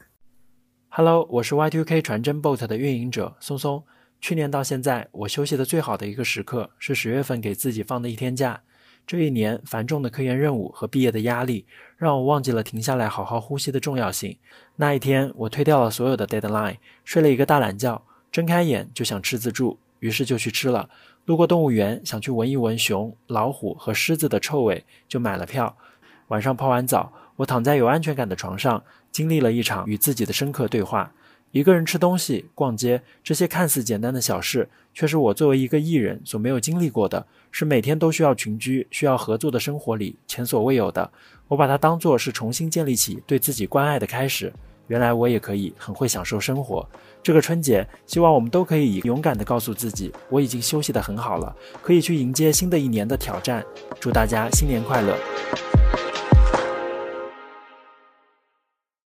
Hello， 我是 Y two K 传真 Bot 的运营者松松。去年到现在，我休息的最好的一个时刻是十月份给自己放的一天假。这一年繁重的科研任务和毕业的压力，让我忘记了停下来好好呼吸的重要性。那一天，我推掉了所有的 deadline， 睡了一个大懒觉，睁开眼就想吃自助，于是就去吃了。路过动物园，想去闻一闻熊、老虎和狮子的臭味，就买了票。晚上泡完澡，我躺在有安全感的床上，经历了一场与自己的深刻对话。一个人吃东西、逛街，这些看似简单的小事，却是我作为一个艺人所没有经历过的，是每天都需要群居、需要合作的生活里前所未有的。我把它当作是重新建立起对自己关爱的开始。原来我也可以很会享受生活。这个春节，希望我们都可以勇敢地告诉自己，我已经休息得很好了，可以去迎接新的一年的挑战。祝大家新年快乐！